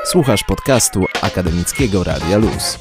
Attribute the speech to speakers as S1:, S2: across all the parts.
S1: Słuchasz podcastu Akademickiego Radia Luz.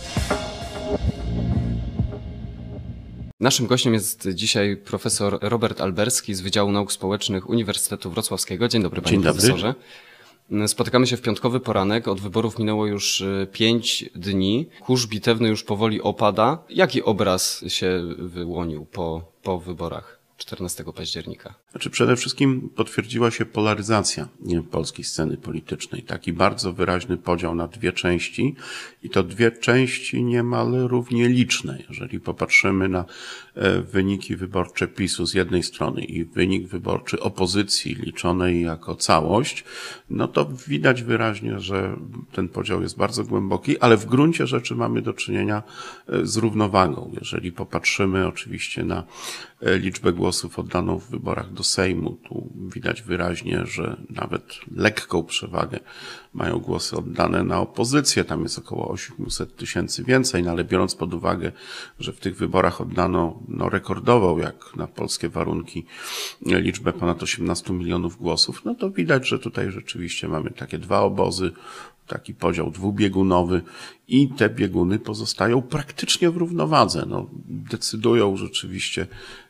S2: Naszym gościem jest dzisiaj profesor Robert Alberski z Wydziału Nauk Społecznych Uniwersytetu Wrocławskiego. Dzień dobry, panie profesorze. Spotykamy się w piątkowy poranek. Od wyborów minęło już 5 dni. Kurz bitewny już powoli opada. Jaki obraz się wyłonił po wyborach 14 października?
S3: Przede wszystkim potwierdziła się polaryzacja polskiej sceny politycznej. Taki bardzo wyraźny podział na dwie części i to dwie części niemal równie liczne. Jeżeli popatrzymy na wyniki wyborcze PiS-u z jednej strony i wynik wyborczy opozycji liczonej jako całość, no to widać wyraźnie, że ten podział jest bardzo głęboki, ale w gruncie rzeczy mamy do czynienia z równowagą. Jeżeli popatrzymy oczywiście na liczbę głosów oddaną w wyborach do Sejmu, tu widać wyraźnie, że nawet lekką przewagę mają głosy oddane na opozycję. Tam jest około 800 tysięcy więcej, no ale biorąc pod uwagę, że w tych wyborach oddano rekordową, jak na polskie warunki, liczbę ponad 18 milionów głosów, no to widać, że tutaj rzeczywiście mamy takie dwa obozy, taki podział dwubiegunowy i te bieguny pozostają praktycznie w równowadze. No, decydują rzeczywiście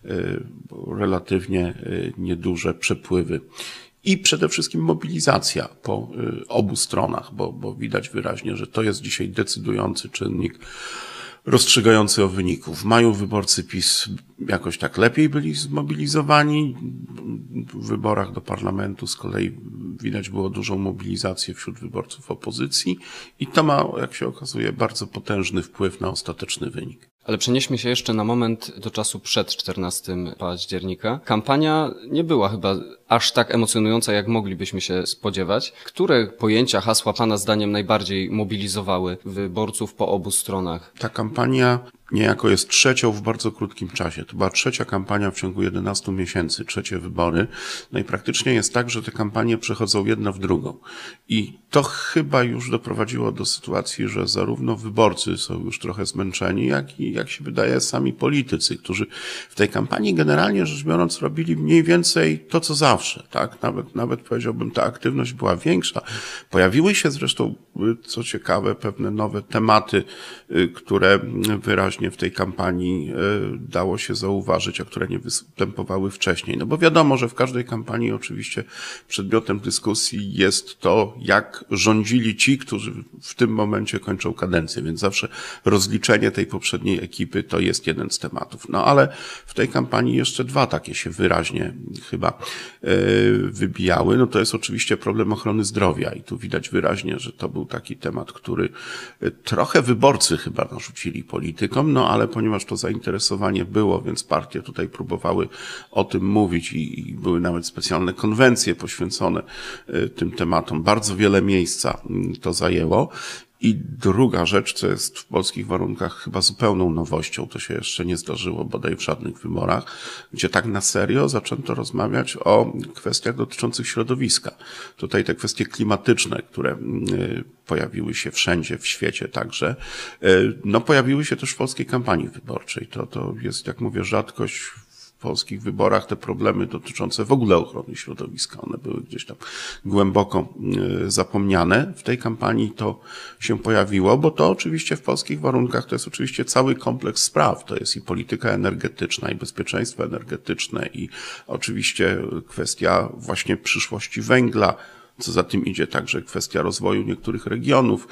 S3: relatywnie nieduże przepływy. I przede wszystkim mobilizacja po obu stronach, bo widać wyraźnie, że to jest dzisiaj decydujący czynnik rozstrzygający o wyniku. W maju wyborcy PiS jakoś tak lepiej byli zmobilizowani. W wyborach do parlamentu z kolei widać było dużą mobilizację wśród wyborców opozycji i to ma, jak się okazuje, bardzo potężny wpływ na ostateczny wynik.
S2: Ale przenieśmy się jeszcze na moment do czasu przed 14 października. Kampania nie była chyba aż tak emocjonująca, jak moglibyśmy się spodziewać. Które pojęcia, hasła pana zdaniem najbardziej mobilizowały wyborców po obu stronach?
S3: Ta kampania niejako jest trzecią w bardzo krótkim czasie. To była trzecia kampania w ciągu 11 miesięcy, trzecie wybory. No i praktycznie jest tak, że te kampanie przechodzą jedna w drugą. I to chyba już doprowadziło do sytuacji, że zarówno wyborcy są już trochę zmęczeni, jak się wydaje, sami politycy, którzy w tej kampanii generalnie rzecz biorąc robili mniej więcej to, co zawsze, tak? Nawet powiedziałbym, ta aktywność była większa. Pojawiły się zresztą, co ciekawe, pewne nowe tematy, które wyraźnie w tej kampanii dało się zauważyć, a które nie występowały wcześniej. No bo wiadomo, że w każdej kampanii oczywiście przedmiotem dyskusji jest to, jak rządzili ci, którzy w tym momencie kończą kadencję, więc zawsze rozliczenie tej poprzedniej ekipy to jest jeden z tematów. No ale w tej kampanii jeszcze dwa takie się wyraźnie chyba wybijały. No to jest oczywiście problem ochrony zdrowia i tu widać wyraźnie, że to był taki temat, który trochę wyborcy chyba narzucili politykom, no ale ponieważ to zainteresowanie było, więc partie tutaj próbowały o tym mówić i były nawet specjalne konwencje poświęcone tym tematom. Bardzo wiele miejsca to zajęło. I druga rzecz, co jest w polskich warunkach chyba zupełną nowością, to się jeszcze nie zdarzyło bodaj w żadnych wyborach, gdzie tak na serio zaczęto rozmawiać o kwestiach dotyczących środowiska. Tutaj te kwestie klimatyczne, które pojawiły się wszędzie w świecie także, no pojawiły się też w polskiej kampanii wyborczej. To jest, jak mówię, rzadkość w polskich wyborach, te problemy dotyczące w ogóle ochrony środowiska. One były gdzieś tam głęboko zapomniane. W tej kampanii to się pojawiło, bo to oczywiście w polskich warunkach to jest oczywiście cały kompleks spraw. To jest i polityka energetyczna, i bezpieczeństwo energetyczne, i oczywiście kwestia właśnie przyszłości węgla. Co za tym idzie także kwestia rozwoju niektórych regionów,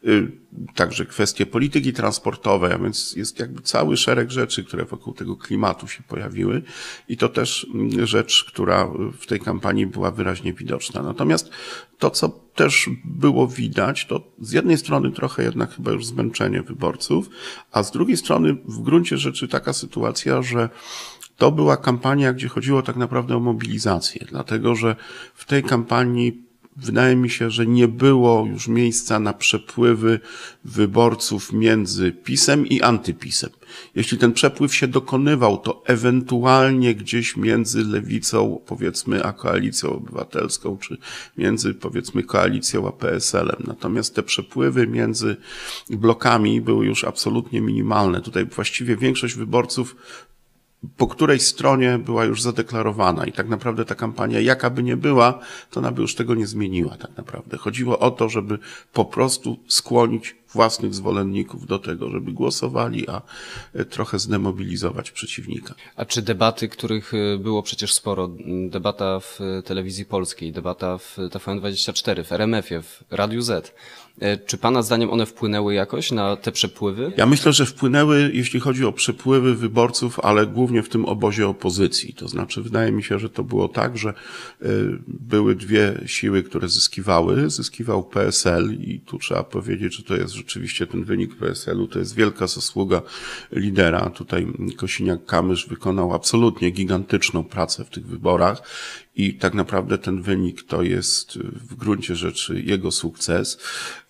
S3: także kwestie polityki transportowej, a więc jest jakby cały szereg rzeczy, które wokół tego klimatu się pojawiły i to też rzecz, która w tej kampanii była wyraźnie widoczna. Natomiast to, co też było widać, to z jednej strony trochę jednak chyba już zmęczenie wyborców, a z drugiej strony w gruncie rzeczy taka sytuacja, że to była kampania, gdzie chodziło tak naprawdę o mobilizację, dlatego że w tej kampanii wydaje mi się, że nie było już miejsca na przepływy wyborców między PiS-em i antypisem. Jeśli ten przepływ się dokonywał, to ewentualnie gdzieś między Lewicą, powiedzmy, a Koalicją Obywatelską, czy między, powiedzmy, Koalicją a PSL-em. Natomiast te przepływy między blokami były już absolutnie minimalne. Tutaj właściwie większość wyborców po której stronie była już zadeklarowana i tak naprawdę ta kampania, jaka by nie była, to ona by już tego nie zmieniła tak naprawdę. Chodziło o to, żeby po prostu skłonić własnych zwolenników do tego, żeby głosowali, a trochę zdemobilizować przeciwnika.
S2: A czy debaty, których było przecież sporo, debata w Telewizji Polskiej, debata w TVN24, w RMF-ie, w Radiu Z, czy pana zdaniem one wpłynęły jakoś na te przepływy?
S3: Ja myślę, że wpłynęły, jeśli chodzi o przepływy wyborców, ale głównie w tym obozie opozycji. To znaczy, wydaje mi się, że to było tak, że były dwie siły, które zyskiwały. Zyskiwał PSL i tu trzeba powiedzieć, że to jest rzeczywiście ten wynik PSL-u, to jest wielka zasługa lidera. Tutaj Kosiniak-Kamysz wykonał absolutnie gigantyczną pracę w tych wyborach. I tak naprawdę ten wynik to jest w gruncie rzeczy jego sukces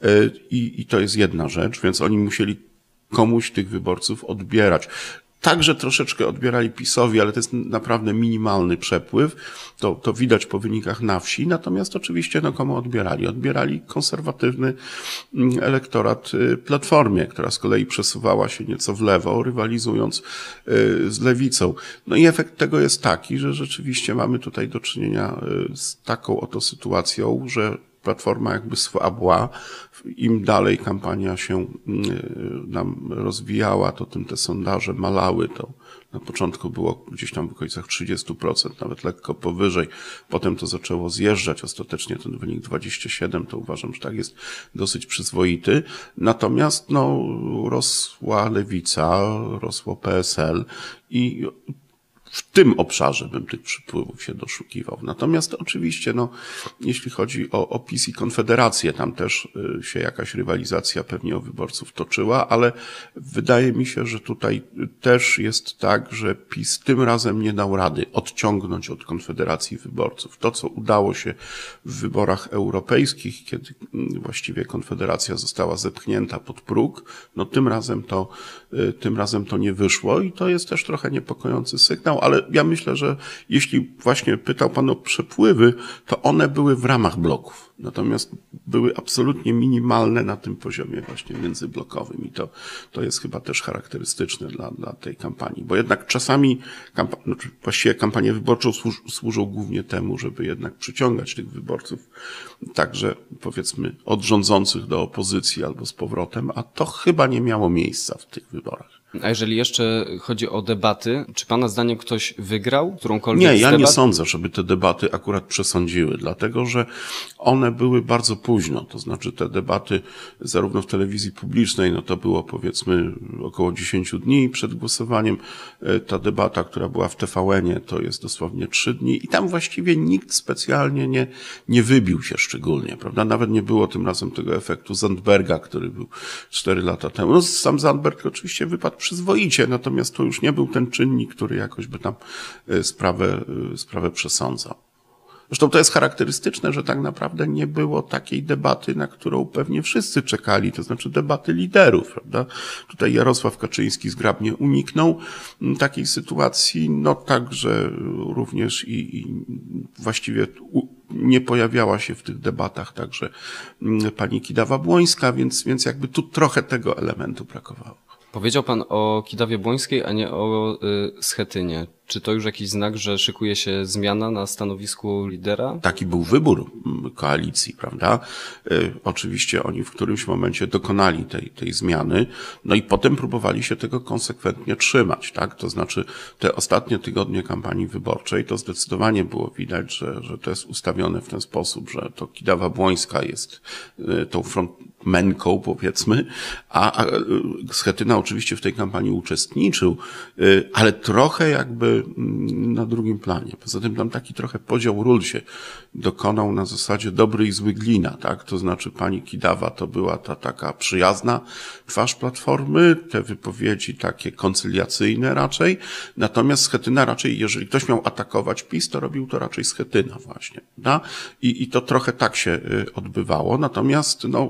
S3: i to jest jedna rzecz, więc oni musieli komuś tych wyborców odbierać. Także troszeczkę odbierali PiS-owi, ale to jest naprawdę minimalny przepływ. To widać po wynikach na wsi. Natomiast oczywiście komu odbierali? Odbierali konserwatywny elektorat Platformie, która z kolei przesuwała się nieco w lewo, rywalizując z lewicą. No i efekt tego jest taki, że rzeczywiście mamy tutaj do czynienia z taką oto sytuacją, że Platforma jakby słabła. Im dalej kampania się nam rozwijała, to tym te sondaże malały. To na początku było gdzieś tam w okolicach 30%, nawet lekko powyżej. Potem to zaczęło zjeżdżać. Ostatecznie ten wynik 27, to uważam, że tak jest dosyć przyzwoity. Natomiast rosła lewica, rosło PSL i w tym obszarze bym tych przypływów się doszukiwał. Natomiast oczywiście, jeśli chodzi o PiS i Konfederację, tam też się jakaś rywalizacja pewnie o wyborców toczyła, ale wydaje mi się, że tutaj też jest tak, że PiS tym razem nie dał rady odciągnąć od Konfederacji wyborców. To, co udało się w wyborach europejskich, kiedy właściwie Konfederacja została zepchnięta pod próg, tym razem to nie wyszło i to jest też trochę niepokojący sygnał, ale ja myślę, że jeśli właśnie pytał pan o przepływy, to one były w ramach bloków. Natomiast były absolutnie minimalne na tym poziomie właśnie międzyblokowym i to jest chyba też charakterystyczne dla tej kampanii, bo jednak czasami właściwie kampanie wyborcze służą głównie temu, żeby jednak przyciągać tych wyborców, także powiedzmy od rządzących do opozycji albo z powrotem, a to chyba nie miało miejsca w tych wyborach.
S2: A jeżeli jeszcze chodzi o debaty, czy pana zdaniem ktoś wygrał którąkolwiek z
S3: debat?
S2: debat?
S3: Nie sądzę, żeby te debaty akurat przesądziły, dlatego że one były bardzo późno, to znaczy te debaty zarówno w telewizji publicznej, to było powiedzmy około 10 dni przed głosowaniem, ta debata, która była w TVN-ie, to jest dosłownie 3 dni i tam właściwie nikt specjalnie nie wybił się szczególnie, prawda? Nawet nie było tym razem tego efektu Zandberga, który był 4 lata temu. Sam Zandberg oczywiście wypadł przyzwoicie, natomiast to już nie był ten czynnik, który jakoś by tam sprawę przesądzał. Zresztą to jest charakterystyczne, że tak naprawdę nie było takiej debaty, na którą pewnie wszyscy czekali, to znaczy debaty liderów, prawda? Tutaj Jarosław Kaczyński zgrabnie uniknął takiej sytuacji, także również i właściwie nie pojawiała się w tych debatach także pani Kidawa-Błońska, więc jakby tu trochę tego elementu brakowało.
S2: Powiedział pan o Kidawie-Błońskiej, a nie o Schetynie. Czy to już jakiś znak, że szykuje się zmiana na stanowisku lidera?
S3: Taki był wybór koalicji, prawda? Oczywiście oni w którymś momencie dokonali tej zmiany, i potem próbowali się tego konsekwentnie trzymać, tak? To znaczy te ostatnie tygodnie kampanii wyborczej to zdecydowanie było widać, że to jest ustawione w ten sposób, że to Kidawa-Błońska jest tą frontmenką, powiedzmy, a Schetyna oczywiście w tej kampanii uczestniczył, ale trochę jakby na drugim planie. Poza tym tam taki trochę podział ról się dokonał na zasadzie dobry i zły Glina, tak? To znaczy pani Kidawa to była ta taka przyjazna twarz Platformy, te wypowiedzi takie koncyliacyjne raczej, natomiast Schetyna raczej, jeżeli ktoś miał atakować PiS, to robił to raczej Schetyna właśnie, prawda? I to trochę tak się odbywało, natomiast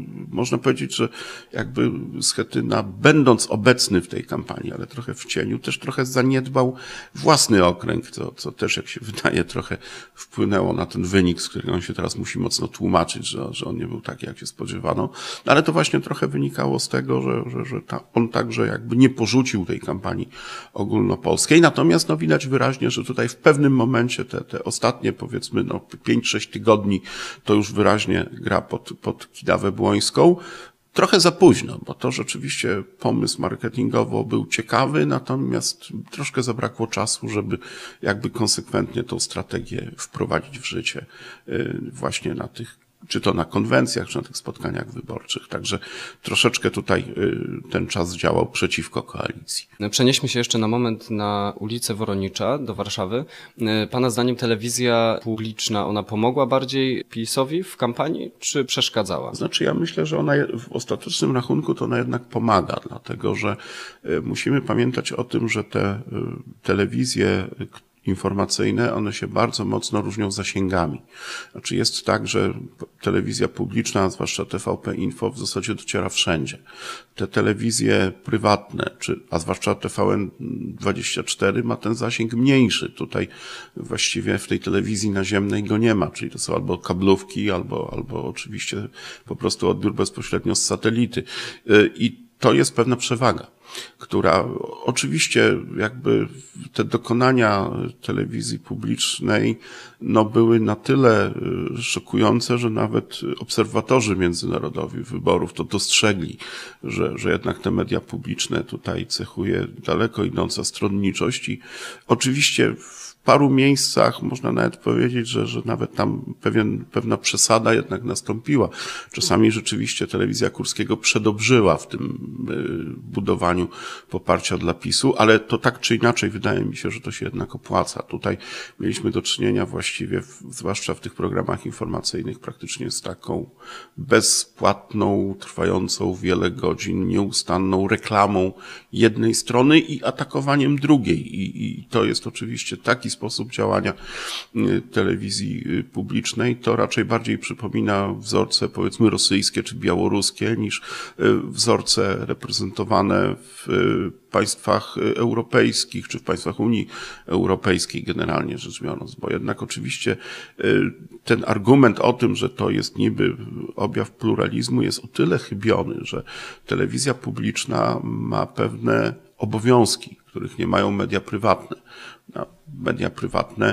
S3: można powiedzieć, że jakby Schetyna, będąc obecny w tej kampanii, ale trochę w cieniu, też trochę zaniedbał własny okręg, co też, jak się wydaje, trochę wpłynęło na ten wynik, z którego on się teraz musi mocno tłumaczyć, że on nie był taki, jak się spodziewano. Ale to właśnie trochę wynikało z tego, że on także jakby nie porzucił tej kampanii ogólnopolskiej. Natomiast no, widać wyraźnie, że tutaj w pewnym momencie te ostatnie, powiedzmy, 5-6 tygodni to już wyraźnie gra pod Kidawę Błońską. Trochę za późno, bo to rzeczywiście pomysł marketingowo był ciekawy, natomiast troszkę zabrakło czasu, żeby jakby konsekwentnie tą strategię wprowadzić w życie właśnie na tych, czy to na konwencjach, czy na tych spotkaniach wyborczych. Także troszeczkę tutaj ten czas działał przeciwko koalicji.
S2: Przenieśmy się jeszcze na moment na ulicę Woronicza do Warszawy. Pana zdaniem telewizja publiczna, ona pomogła bardziej PiS-owi w kampanii, czy przeszkadzała?
S3: Znaczy ja myślę, że ona w ostatecznym rachunku to ona jednak pomaga, dlatego że musimy pamiętać o tym, że te telewizje informacyjne, one się bardzo mocno różnią zasięgami. Znaczy jest tak, że telewizja publiczna, zwłaszcza TVP Info, w zasadzie dociera wszędzie. Te telewizje prywatne, a zwłaszcza TVN24 ma ten zasięg mniejszy. Tutaj właściwie w tej telewizji naziemnej go nie ma, czyli to są albo kablówki, albo oczywiście po prostu odbiór bezpośrednio z satelity. I to jest pewna przewaga, która oczywiście jakby te dokonania telewizji publicznej były na tyle szokujące, że nawet obserwatorzy międzynarodowi wyborów to dostrzegli, że jednak te media publiczne tutaj cechuje daleko idąca stronniczość i oczywiście w paru miejscach można nawet powiedzieć, że nawet tam pewna przesada jednak nastąpiła. Czasami rzeczywiście telewizja Kurskiego przedobrzyła w tym budowaniu poparcia dla PiS-u, ale to tak czy inaczej wydaje mi się, że to się jednak opłaca. Tutaj mieliśmy do czynienia właściwie, zwłaszcza w tych programach informacyjnych, praktycznie z taką bezpłatną, trwającą wiele godzin, nieustanną reklamą jednej strony i atakowaniem drugiej. I to jest oczywiście taki sposób działania telewizji publicznej. To raczej bardziej przypomina wzorce, powiedzmy, rosyjskie czy białoruskie, niż wzorce reprezentowane w państwach europejskich, czy w państwach Unii Europejskiej generalnie rzecz biorąc, bo jednak oczywiście ten argument o tym, że to jest niby objaw pluralizmu, jest o tyle chybiony, że telewizja publiczna ma pewne obowiązki, których nie mają media prywatne. Media prywatne,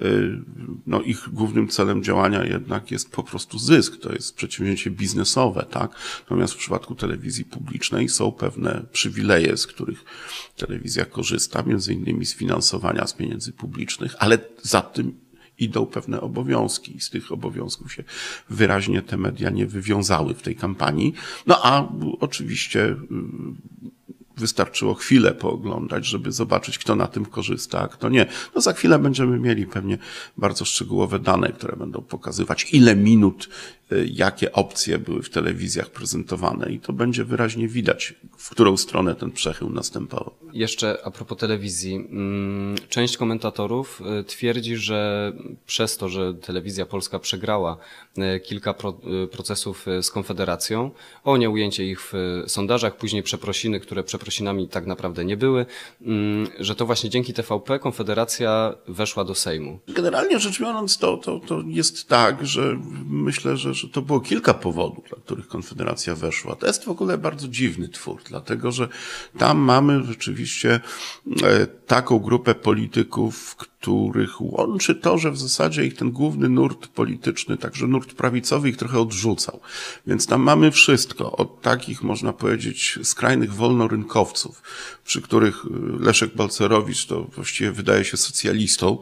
S3: ich głównym celem działania jednak jest po prostu zysk, to jest przedsięwzięcie biznesowe, tak? Natomiast w przypadku telewizji publicznej są pewne przywileje, z których telewizja korzysta, między innymi z finansowania z pieniędzy publicznych, ale za tym idą pewne obowiązki i z tych obowiązków się wyraźnie te media nie wywiązały w tej kampanii. A oczywiście wystarczyło chwilę pooglądać, żeby zobaczyć, kto na tym korzysta, a kto nie. Za chwilę będziemy mieli pewnie bardzo szczegółowe dane, które będą pokazywać, ile minut, jakie opcje były w telewizjach prezentowane i to będzie wyraźnie widać, w którą stronę ten przechył następował.
S2: Jeszcze a propos telewizji. Część komentatorów twierdzi, że przez to, że telewizja polska przegrała kilka procesów z Konfederacją, o nieujęcie ich w sondażach, później przeprosiny, które przeprosinami tak naprawdę nie były, że to właśnie dzięki TVP Konfederacja weszła do Sejmu.
S3: Generalnie rzecz biorąc, to jest tak, że myślę, że to było kilka powodów, dla których Konfederacja weszła. To jest w ogóle bardzo dziwny twór, dlatego że tam mamy rzeczywiście taką grupę polityków, których łączy to, że w zasadzie ich ten główny nurt polityczny, także nurt prawicowy, ich trochę odrzucał. Więc tam mamy wszystko, od takich, można powiedzieć, skrajnych wolnorynkowców, przy których Leszek Balcerowicz to właściwie wydaje się socjalistą,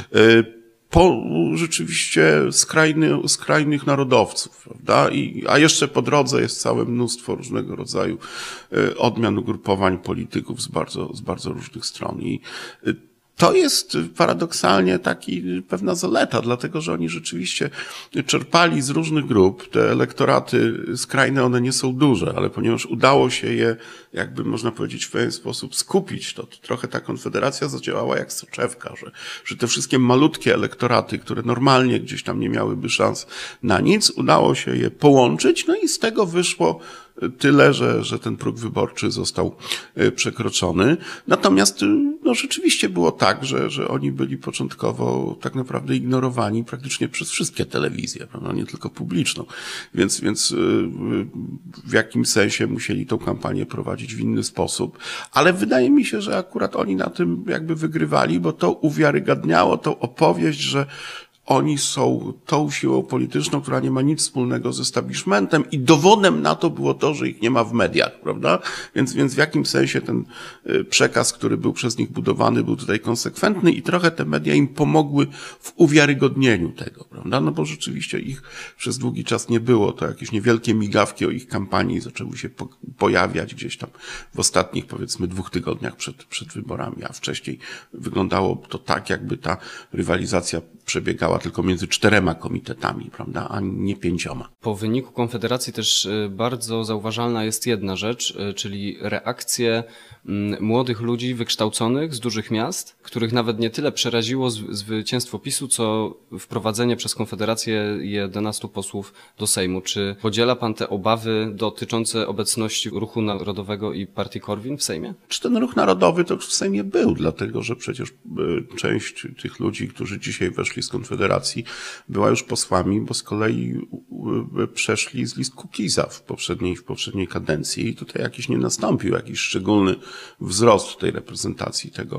S3: po rzeczywiście skrajnych narodowców, prawda? A jeszcze po drodze jest całe mnóstwo różnego rodzaju odmian ugrupowań polityków z bardzo różnych stron. I To jest paradoksalnie pewna zaleta, dlatego że oni rzeczywiście czerpali z różnych grup. Te elektoraty skrajne, one nie są duże, ale ponieważ udało się je, jakby można powiedzieć, w pewien sposób skupić, to trochę ta Konfederacja zadziałała jak soczewka, że te wszystkie malutkie elektoraty, które normalnie gdzieś tam nie miałyby szans na nic, udało się je połączyć, no i z tego wyszło tyle, że ten próg wyborczy został przekroczony. Natomiast no, rzeczywiście było tak, że oni byli początkowo tak naprawdę ignorowani praktycznie przez wszystkie telewizje, prawda? Nie tylko publiczną. Więc w jakimś sensie musieli tą kampanię prowadzić w inny sposób. Ale wydaje mi się, że akurat oni na tym jakby wygrywali, bo to uwiarygadniało tą opowieść, że oni są tą siłą polityczną, która nie ma nic wspólnego z establishmentem i dowodem na to było to, że ich nie ma w mediach, prawda? Więc w jakim sensie ten przekaz, który był przez nich budowany, był tutaj konsekwentny i trochę te media im pomogły w uwiarygodnieniu tego, prawda? No bo rzeczywiście ich przez długi czas nie było. To jakieś niewielkie migawki o ich kampanii zaczęły się pojawiać gdzieś tam w ostatnich, powiedzmy, 2 tygodniach przed wyborami, a wcześniej wyglądało to tak, jakby ta rywalizacja przebiegała tylko między 4 komitetami, prawda, a nie 5.
S2: Po wyniku Konfederacji też bardzo zauważalna jest jedna rzecz, czyli reakcje młodych ludzi wykształconych z dużych miast, których nawet nie tyle przeraziło zwycięstwo PiS-u, co wprowadzenie przez Konfederację 11 posłów do Sejmu. Czy podziela pan te obawy dotyczące obecności Ruchu Narodowego i partii Korwin w Sejmie?
S3: Czy ten Ruch Narodowy to już w Sejmie był, dlatego że przecież część tych ludzi, którzy dzisiaj weszli z Konfederacji, była już posłami, bo z kolei przeszli z list Kukiza w poprzedniej kadencji i tutaj jakiś nie nastąpił jakiś szczególny wzrost tej reprezentacji tego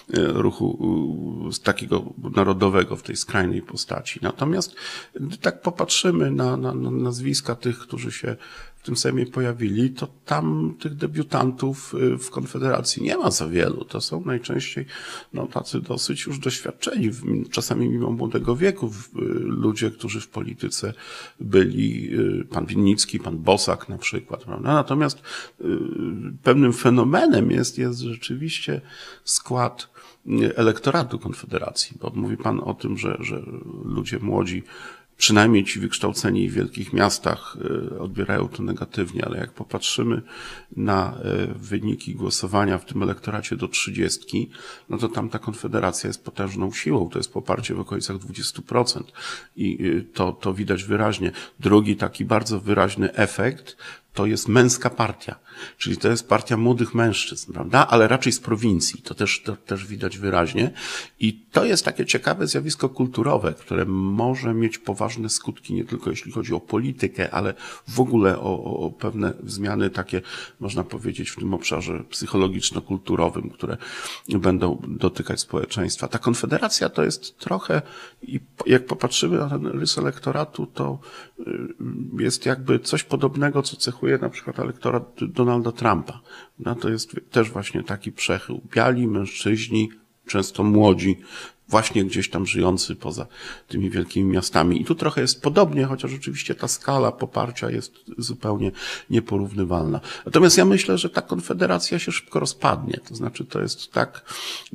S3: ruchu takiego narodowego w tej skrajnej postaci. Natomiast gdy tak popatrzymy na nazwiska tych, którzy się w tym Sejmie pojawili, to tam tych debiutantów w Konfederacji nie ma za wielu. To są najczęściej tacy dosyć już doświadczeni, czasami mimo młodego wieku, ludzie, którzy w polityce byli, pan Winnicki, pan Bosak na przykład, prawda? Natomiast pewnym fenomenem jest rzeczywiście skład elektoratu Konfederacji, bo mówi pan o tym, że ludzie młodzi, przynajmniej ci wykształceni w wielkich miastach, odbierają to negatywnie, ale jak popatrzymy na wyniki głosowania w tym elektoracie do 30, no to tam ta Konfederacja jest potężną siłą, to jest poparcie w okolicach 20% i to widać wyraźnie. Drugi taki bardzo wyraźny efekt to jest męska partia, czyli to jest partia młodych mężczyzn, prawda? Ale raczej z prowincji, to też widać wyraźnie. I to jest takie ciekawe zjawisko kulturowe, które może mieć poważne skutki, nie tylko jeśli chodzi o politykę, ale w ogóle o pewne zmiany takie, można powiedzieć, w tym obszarze psychologiczno-kulturowym, które będą dotykać społeczeństwa. Ta Konfederacja to jest trochę, i jak popatrzymy na ten rys elektoratu, to jest jakby coś podobnego, co cechuje na przykład elektorat Donalda Trumpa. No to jest też właśnie taki przechył. Biali mężczyźni, często młodzi, właśnie gdzieś tam żyjący poza tymi wielkimi miastami. I tu trochę jest podobnie, chociaż oczywiście ta skala poparcia jest zupełnie nieporównywalna. Natomiast ja myślę, że ta Konfederacja się szybko rozpadnie. To znaczy to jest tak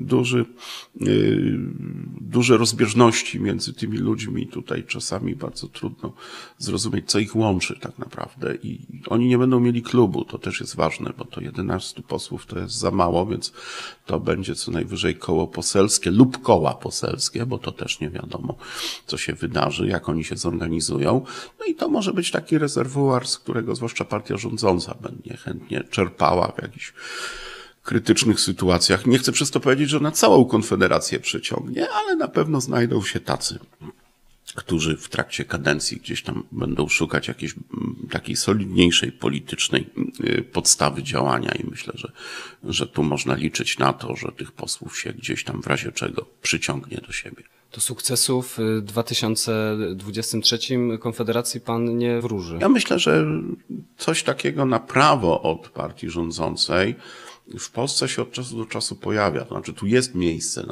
S3: duże rozbieżności między tymi ludźmi. Tutaj czasami bardzo trudno zrozumieć, co ich łączy tak naprawdę. I oni nie będą mieli klubu. To też jest ważne, bo to 11 posłów to jest za mało, więc to będzie co najwyżej koło poselskie lub koła poselskie, bo to też nie wiadomo, co się wydarzy, jak oni się zorganizują. No i to może być taki rezerwuar, z którego zwłaszcza partia rządząca będzie chętnie czerpała w jakichś krytycznych sytuacjach. Nie chcę przez to powiedzieć, że na całą Konfederację przyciągnie, ale na pewno znajdą się tacy, którzy w trakcie kadencji gdzieś tam będą szukać jakiejś takiej solidniejszej politycznej podstawy działania i myślę, że tu można liczyć na to, że tych posłów się gdzieś tam w razie czego przyciągnie do siebie.
S2: To sukcesów w 2023 Konfederacji pan nie wróży?
S3: Ja myślę, że coś takiego na prawo od partii rządzącej w Polsce się od czasu do czasu pojawia. To znaczy tu jest miejsce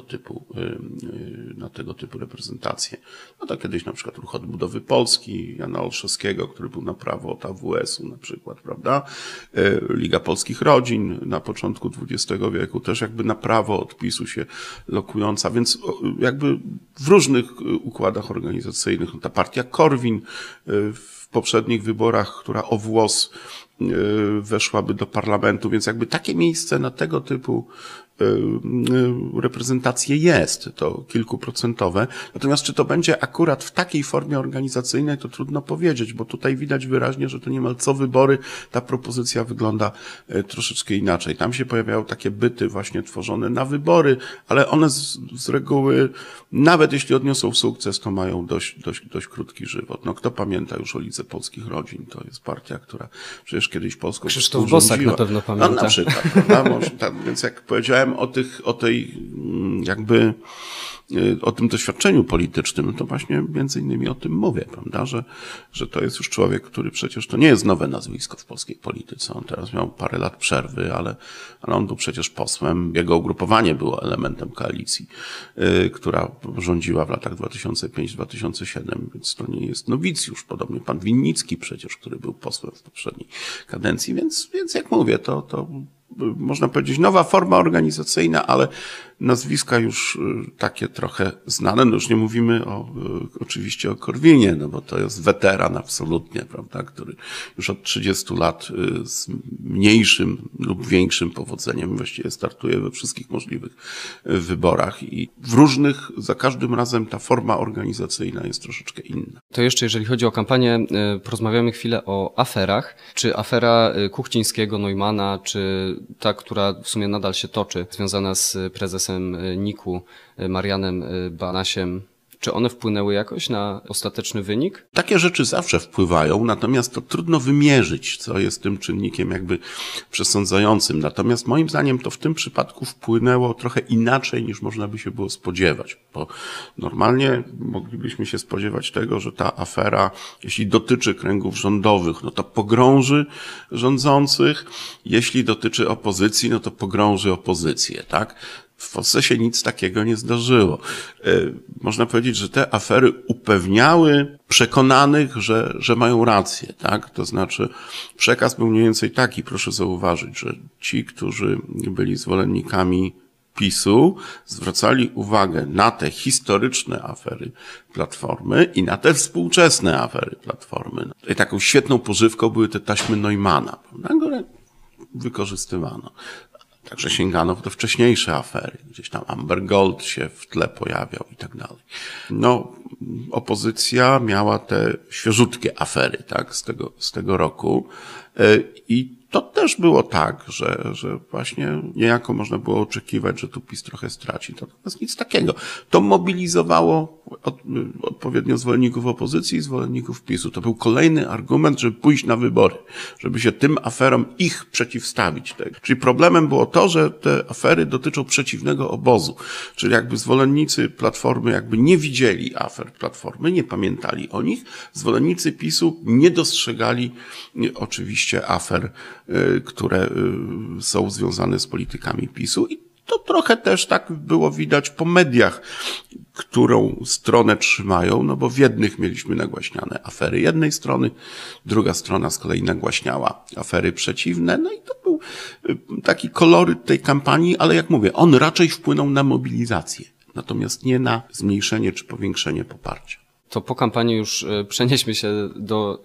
S3: na tego typu reprezentacje. No to kiedyś na przykład Ruch Odbudowy Polski, Jana Olszewskiego, który był na prawo od AWS-u na przykład, prawda? Liga Polskich Rodzin na początku XX wieku też jakby na prawo od PiS-u się lokująca, więc jakby w różnych układach organizacyjnych. No ta partia Korwin w poprzednich wyborach, która o włos weszłaby do parlamentu, więc jakby takie miejsce na tego typu reprezentacje jest, to kilkuprocentowe. Natomiast czy to będzie akurat w takiej formie organizacyjnej, to trudno powiedzieć, bo tutaj widać wyraźnie, że to niemal co wybory ta propozycja wygląda troszeczkę inaczej. Tam się pojawiają takie byty właśnie tworzone na wybory, ale one z reguły, nawet jeśli odniosą sukces, to mają dość krótki żywot. No kto pamięta już o Lidze Polskich Rodzin? To jest partia, która przecież kiedyś Polską
S2: Krzysztof Bosak na pewno pamięta.
S3: No, na przykład, prawda? Więc jak powiedziałem o tym doświadczeniu politycznym, to właśnie między innymi o tym mówię, prawda, że to jest już człowiek, który przecież to nie jest nowe nazwisko w polskiej polityce. On teraz miał parę lat przerwy, ale on był przecież posłem. Jego ugrupowanie było elementem koalicji, która rządziła w latach 2005-2007, więc to nie jest nowicjusz. Podobnie pan Winnicki przecież, który był posłem w poprzedniej kadencji, więc jak mówię, to można powiedzieć nowa forma organizacyjna, ale nazwiska już takie trochę znane. No już nie mówimy oczywiście o Korwinie, no bo to jest weteran absolutnie, prawda, który już od 30 lat z mniejszym lub większym powodzeniem właściwie startuje we wszystkich możliwych wyborach i w różnych, za każdym razem ta forma organizacyjna jest troszeczkę inna.
S2: To jeszcze jeżeli chodzi o kampanię, porozmawiamy chwilę o aferach. Czy afera Kuchcińskiego, Neumanna, czy ta, która w sumie nadal się toczy, związana z prezesem NIK-u, Marianem Banasiem, czy one wpłynęły jakoś na ostateczny wynik?
S3: Takie rzeczy zawsze wpływają, natomiast to trudno wymierzyć, co jest tym czynnikiem jakby przesądzającym. Natomiast moim zdaniem to w tym przypadku wpłynęło trochę inaczej, niż można by się było spodziewać, bo normalnie moglibyśmy się spodziewać tego, że ta afera, jeśli dotyczy kręgów rządowych, no to pogrąży rządzących, jeśli dotyczy opozycji, no to pogrąży opozycję, tak? W Polsce się nic takiego nie zdarzyło. Można powiedzieć, że te afery upewniały przekonanych, że mają rację, tak? To znaczy przekaz był mniej więcej taki, proszę zauważyć, że ci, którzy byli zwolennikami PiS-u, zwracali uwagę na te historyczne afery Platformy i na te współczesne afery Platformy. I taką świetną pożywką były te taśmy Neumanna, które wykorzystywano. Także sięgano w te wcześniejsze afery. Gdzieś tam Amber Gold się w tle pojawiał i tak dalej. No, opozycja miała te świeżutkie afery, tak, z tego roku. I to też było tak, że właśnie niejako można było oczekiwać, że tu PiS trochę straci. Natomiast nic takiego. To mobilizowało odpowiednio zwolenników opozycji i zwolenników PiS-u. To był kolejny argument, żeby pójść na wybory, żeby się tym aferom ich przeciwstawić. Czyli problemem było to, że te afery dotyczą przeciwnego obozu. Czyli jakby zwolennicy Platformy jakby nie widzieli afer Platformy, nie pamiętali o nich. Zwolennicy PiS-u nie dostrzegali oczywiście afer, które są związane z politykami PiS-u i to trochę też tak było widać po mediach, którą stronę trzymają, no bo w jednych mieliśmy nagłaśniane afery jednej strony, druga strona z kolei nagłaśniała afery przeciwne, no i to był taki koloryt tej kampanii, ale jak mówię, on raczej wpłynął na mobilizację, natomiast nie na zmniejszenie czy powiększenie poparcia.
S2: To po kampanii już przenieśmy się do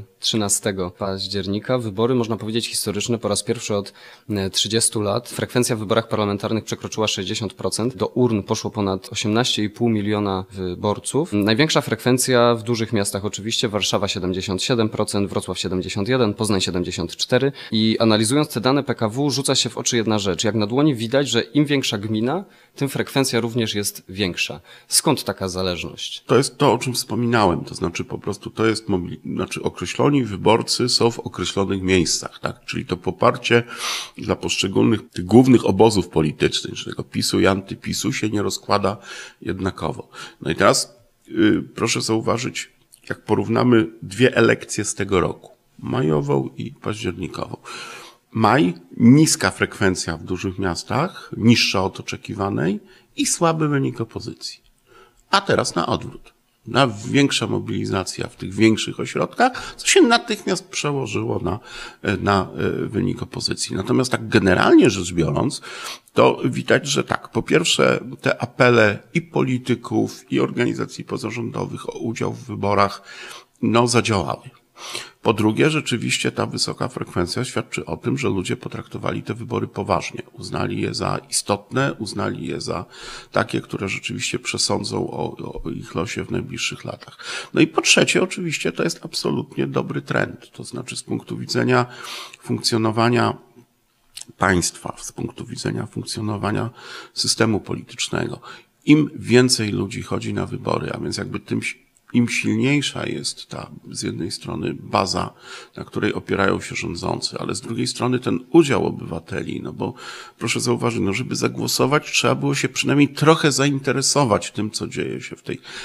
S2: 13 października. Wybory, można powiedzieć, historyczne. Po raz pierwszy od 30 lat. Frekwencja w wyborach parlamentarnych przekroczyła 60%. Do urn poszło ponad 18,5 miliona wyborców. Największa frekwencja w dużych miastach oczywiście. Warszawa 77%, Wrocław 71%, Poznań 74%. I analizując te dane PKW rzuca się w oczy jedna rzecz. Jak na dłoni widać, że im większa gmina, tym frekwencja również jest większa. Skąd taka zależność?
S3: To jest to, o czym wspominałem. To znaczy po prostu to jest, określoni wyborcy są w określonych miejscach, tak? Czyli to poparcie dla poszczególnych tych głównych obozów politycznych, czyli tego PiS-u i antyPiS-u się nie rozkłada jednakowo. No i teraz proszę zauważyć, jak porównamy dwie elekcje z tego roku, majową i październikową. maj, niska frekwencja w dużych miastach, niższa od oczekiwanej i słaby wynik opozycji. A teraz na odwrót. Większa mobilizacja w tych większych ośrodkach, co się natychmiast przełożyło na wynik opozycji. Natomiast tak generalnie rzecz biorąc, to widać, że tak, po pierwsze te apele i polityków, i organizacji pozarządowych o udział w wyborach, zadziałały. Po drugie, rzeczywiście ta wysoka frekwencja świadczy o tym, że ludzie potraktowali te wybory poważnie. Uznali je za istotne, uznali je za takie, które rzeczywiście przesądzą o ich losie w najbliższych latach. No i po trzecie, oczywiście to jest absolutnie dobry trend. To znaczy z punktu widzenia funkcjonowania państwa, z punktu widzenia funkcjonowania systemu politycznego. Im więcej ludzi chodzi na wybory, a więc jakby im silniejsza jest ta z jednej strony baza, na której opierają się rządzący, ale z drugiej strony ten udział obywateli, bo proszę zauważyć, żeby zagłosować trzeba było się przynajmniej trochę zainteresować tym, co dzieje się w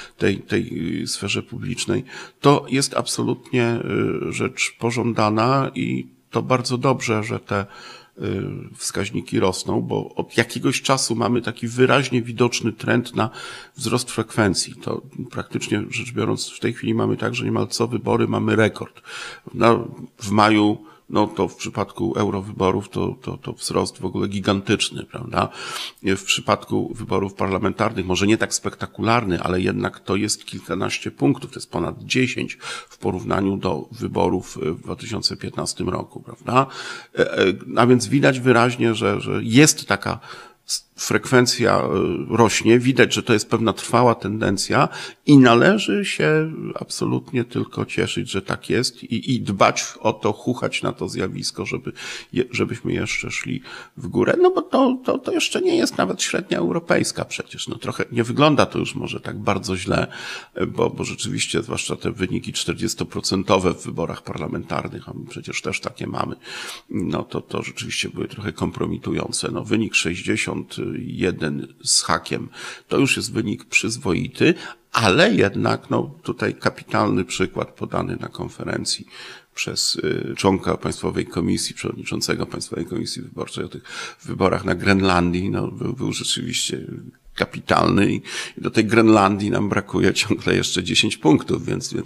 S3: tej sferze publicznej. To jest absolutnie rzecz pożądana i to bardzo dobrze, że te wskaźniki rosną, bo od jakiegoś czasu mamy taki wyraźnie widoczny trend na wzrost frekwencji. To praktycznie rzecz biorąc w tej chwili mamy tak, że niemal co wybory mamy rekord. W maju to w przypadku eurowyborów to wzrost w ogóle gigantyczny, prawda? W przypadku wyborów parlamentarnych, może nie tak spektakularny, ale jednak to jest kilkanaście punktów, to jest ponad 10 w porównaniu do wyborów w 2015 roku, prawda? A więc widać wyraźnie, że jest taka frekwencja rośnie, widać, że to jest pewna trwała tendencja i należy się absolutnie tylko cieszyć, że tak jest i dbać o to, chuchać na to zjawisko, żebyśmy jeszcze szli w górę, bo to jeszcze nie jest nawet średnia europejska przecież. Trochę nie wygląda to już może tak bardzo źle, bo rzeczywiście, zwłaszcza te wyniki 40% w wyborach parlamentarnych, a my przecież też takie mamy, to rzeczywiście były trochę kompromitujące. Wynik 61 z hakiem, to już jest wynik przyzwoity, ale jednak tutaj kapitalny przykład podany na konferencji przez członka Państwowej Komisji, przewodniczącego Państwowej Komisji Wyborczej o tych wyborach na Grenlandii, był rzeczywiście kapitalny i do tej Grenlandii nam brakuje ciągle jeszcze 10 punktów, więc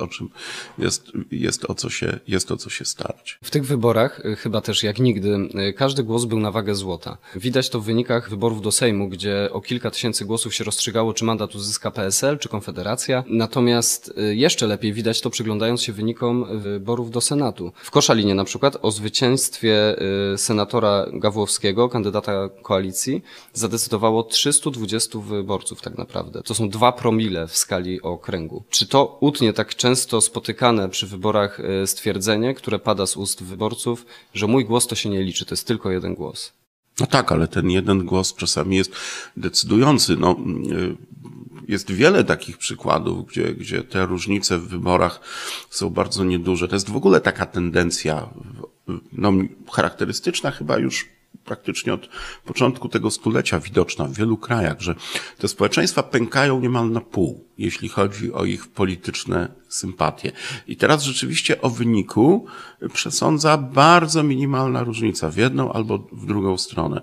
S3: jest o co się starać.
S2: W tych wyborach, chyba też jak nigdy, każdy głos był na wagę złota. Widać to w wynikach wyborów do Sejmu, gdzie o kilka tysięcy głosów się rozstrzygało, czy mandat uzyska PSL, czy Konfederacja. Natomiast jeszcze lepiej widać to, przyglądając się wynikom wyborów do Senatu. W Koszalinie na przykład o zwycięstwie senatora Gawłowskiego, kandydata koalicji, zadecydowało 320 wyborców tak naprawdę. To są 2 promile w skali okręgu. Czy to utnie tak często spotykane przy wyborach stwierdzenie, które pada z ust wyborców, że mój głos to się nie liczy, to jest tylko jeden głos?
S3: Tak, ale ten jeden głos czasami jest decydujący. Jest wiele takich przykładów, gdzie te różnice w wyborach są bardzo nieduże. To jest w ogóle taka tendencja, charakterystyczna chyba już praktycznie od początku tego stulecia widoczna w wielu krajach, że te społeczeństwa pękają niemal na pół, jeśli chodzi o ich polityczne sympatie. I teraz rzeczywiście o wyniku przesądza bardzo minimalna różnica w jedną albo w drugą stronę.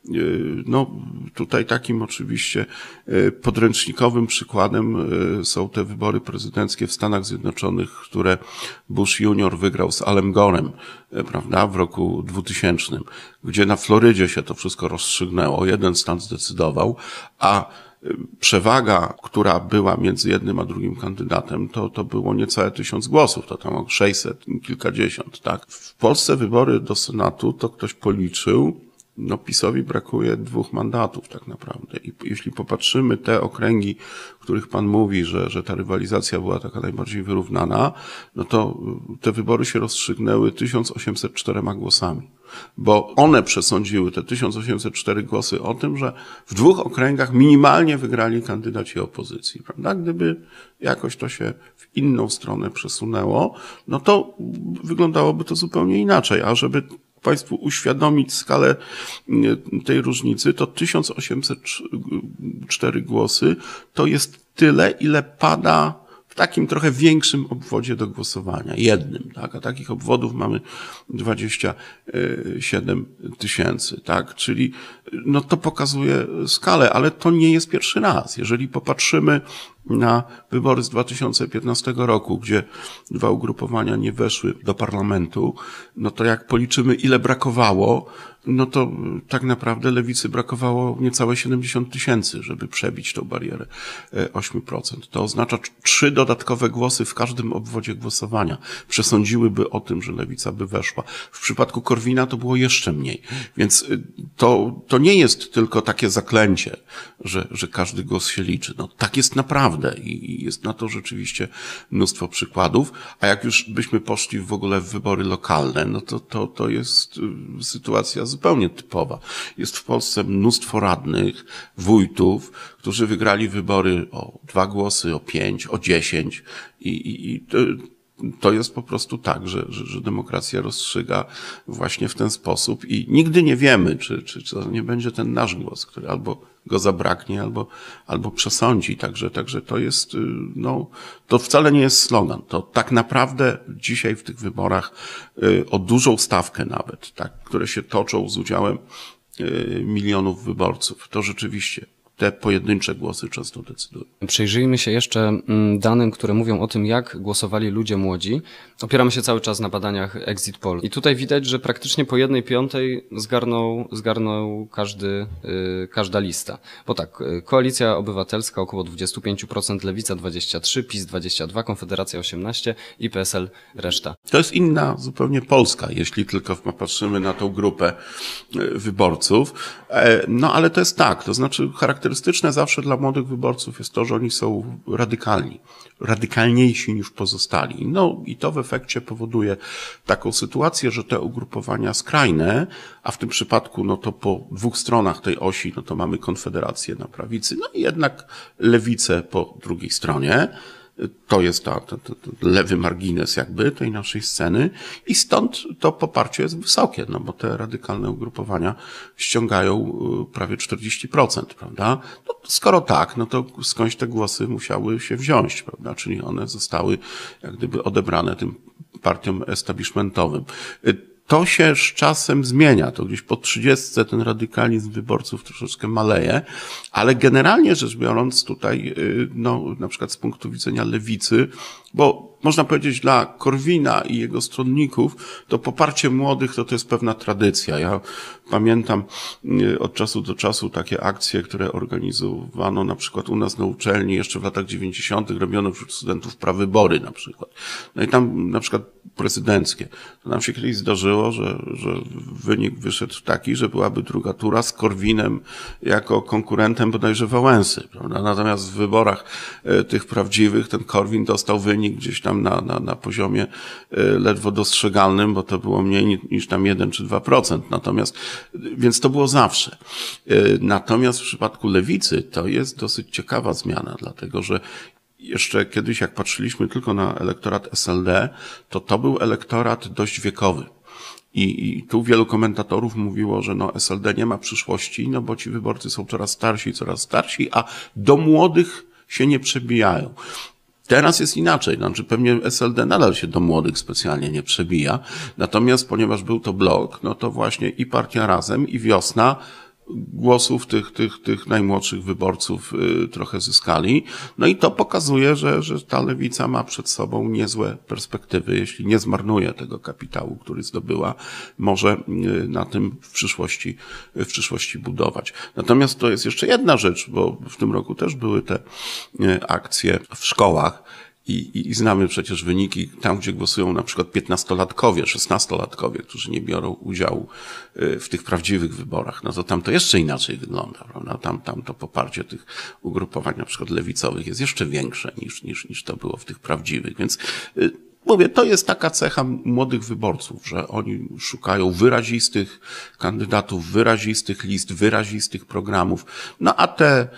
S3: Tutaj takim oczywiście podręcznikowym przykładem są te wybory prezydenckie w Stanach Zjednoczonych, które Bush Junior wygrał z Alem Gorem, prawda, w roku 2000, gdzie na Florydzie się to wszystko rozstrzygnęło. Jeden stan zdecydował, a przewaga, która była między jednym a drugim kandydatem, to było niecałe 1000 głosów, to tam 600, kilkadziesiąt, tak. W Polsce wybory do Senatu, to ktoś policzył, PiS-owi brakuje 2 mandatów tak naprawdę. I jeśli popatrzymy te okręgi, w których pan mówi, że ta rywalizacja była taka najbardziej wyrównana, to te wybory się rozstrzygnęły 1804 głosami. Bo one przesądziły te 1804 głosy o tym, że w 2 okręgach minimalnie wygrali kandydaci opozycji, prawda? Gdyby jakoś to się w inną stronę przesunęło, to wyglądałoby to zupełnie inaczej. A żeby Państwu uświadomić skalę tej różnicy, to 1804 głosy to jest tyle, ile pada w takim trochę większym obwodzie do głosowania, jednym, tak, a takich obwodów mamy 27 000, tak, czyli no to pokazuje skalę, ale to nie jest pierwszy raz. Jeżeli popatrzymy na wybory z 2015 roku, gdzie 2 ugrupowania nie weszły do parlamentu, no to jak policzymy, ile brakowało, no to tak naprawdę lewicy brakowało niecałe 70 000, żeby przebić tą barierę 8%. To oznacza 3 dodatkowe głosy w każdym obwodzie głosowania. Przesądziłyby o tym, że lewica by weszła. W przypadku Korwina to było jeszcze mniej. Więc to nie jest tylko takie zaklęcie, że każdy głos się liczy. No tak jest naprawdę i jest na to rzeczywiście mnóstwo przykładów. A jak już byśmy poszli w ogóle w wybory lokalne, no to jest sytuacja zupełnie typowa. Jest w Polsce mnóstwo radnych, wójtów, którzy wygrali wybory o 2 głosy, o 5, o 10 i to jest po prostu tak, że demokracja rozstrzyga właśnie w ten sposób i nigdy nie wiemy, czy to nie będzie ten nasz głos, który albo go zabraknie, albo przesądzi. Także to jest, no, to wcale nie jest slogan. To tak naprawdę dzisiaj w tych wyborach o dużą stawkę nawet, tak, które się toczą z udziałem milionów wyborców, to rzeczywiście te pojedyncze głosy często decydują.
S2: Przyjrzyjmy się jeszcze danym, które mówią o tym, jak głosowali ludzie młodzi. Opieramy się cały czas na badaniach Exit Poll. I tutaj widać, że praktycznie po 1/5 zgarnął każda lista. Bo tak, Koalicja Obywatelska około 25%, Lewica 23%, PiS 22%, Konfederacja 18% i PSL reszta.
S3: To jest inna zupełnie Polska, jeśli tylko patrzymy na tą grupę wyborców. No ale to jest tak, to znaczy charakterystyczne zawsze dla młodych wyborców jest to, że oni są radykalniejsi niż pozostali. No i to w efekcie powoduje taką sytuację, że te ugrupowania skrajne, a w tym przypadku no to po 2 stronach tej osi, no to mamy Konfederację na prawicy, no i jednak Lewicę po drugiej stronie. To jest ten lewy margines jakby tej naszej sceny i stąd to poparcie jest wysokie, no bo te radykalne ugrupowania ściągają prawie 40%, prawda? No, skoro tak, no to skądś te głosy musiały się wziąć, prawda? Czyli one zostały jak gdyby odebrane tym partiom establishmentowym. To się z czasem zmienia, to gdzieś po 30 ten radykalizm wyborców troszeczkę maleje, ale generalnie rzecz biorąc tutaj, no na przykład z punktu widzenia lewicy, bo można powiedzieć dla Korwina i jego stronników, to poparcie młodych to jest pewna tradycja. Ja pamiętam od czasu do czasu takie akcje, które organizowano na przykład u nas na uczelni jeszcze w latach 90. robiono wśród studentów prawybory na przykład. No i tam na przykład prezydenckie. To nam się kiedyś zdarzyło, że wynik wyszedł taki, że byłaby druga tura z Korwinem jako konkurentem bodajże Wałęsy, prawda? Natomiast w wyborach tych prawdziwych ten Korwin dostał wynik gdzieś tam na poziomie ledwo dostrzegalnym, bo to było mniej niż tam 1 czy 2%. Natomiast, więc to było zawsze. Natomiast w przypadku lewicy to jest dosyć ciekawa zmiana, dlatego że jeszcze kiedyś jak patrzyliśmy tylko na elektorat SLD, to był elektorat dość wiekowy. I tu wielu komentatorów mówiło, że no SLD nie ma przyszłości, no bo ci wyborcy są coraz starsi, a do młodych się nie przebijają. Teraz jest inaczej, znaczy pewnie SLD nadal się do młodych specjalnie nie przebija, natomiast ponieważ był to blok, no to właśnie i Partia Razem, i Wiosna głosów tych najmłodszych wyborców trochę zyskali. No i to pokazuje, że ta lewica ma przed sobą niezłe perspektywy. Jeśli nie zmarnuje tego kapitału, który zdobyła, może na tym w przyszłości budować. Natomiast to jest jeszcze jedna rzecz, bo w tym roku też były te akcje w szkołach. I znamy przecież wyniki tam, gdzie głosują na przykład 15-latkowie, 16-latkowie, którzy nie biorą udziału w tych prawdziwych wyborach. No to tam to jeszcze inaczej wygląda, prawda? Tam to poparcie tych ugrupowań na przykład lewicowych jest jeszcze większe niż to było w tych prawdziwych. Więc mówię, to jest taka cecha młodych wyborców, że oni szukają wyrazistych kandydatów, wyrazistych list, wyrazistych programów. No a te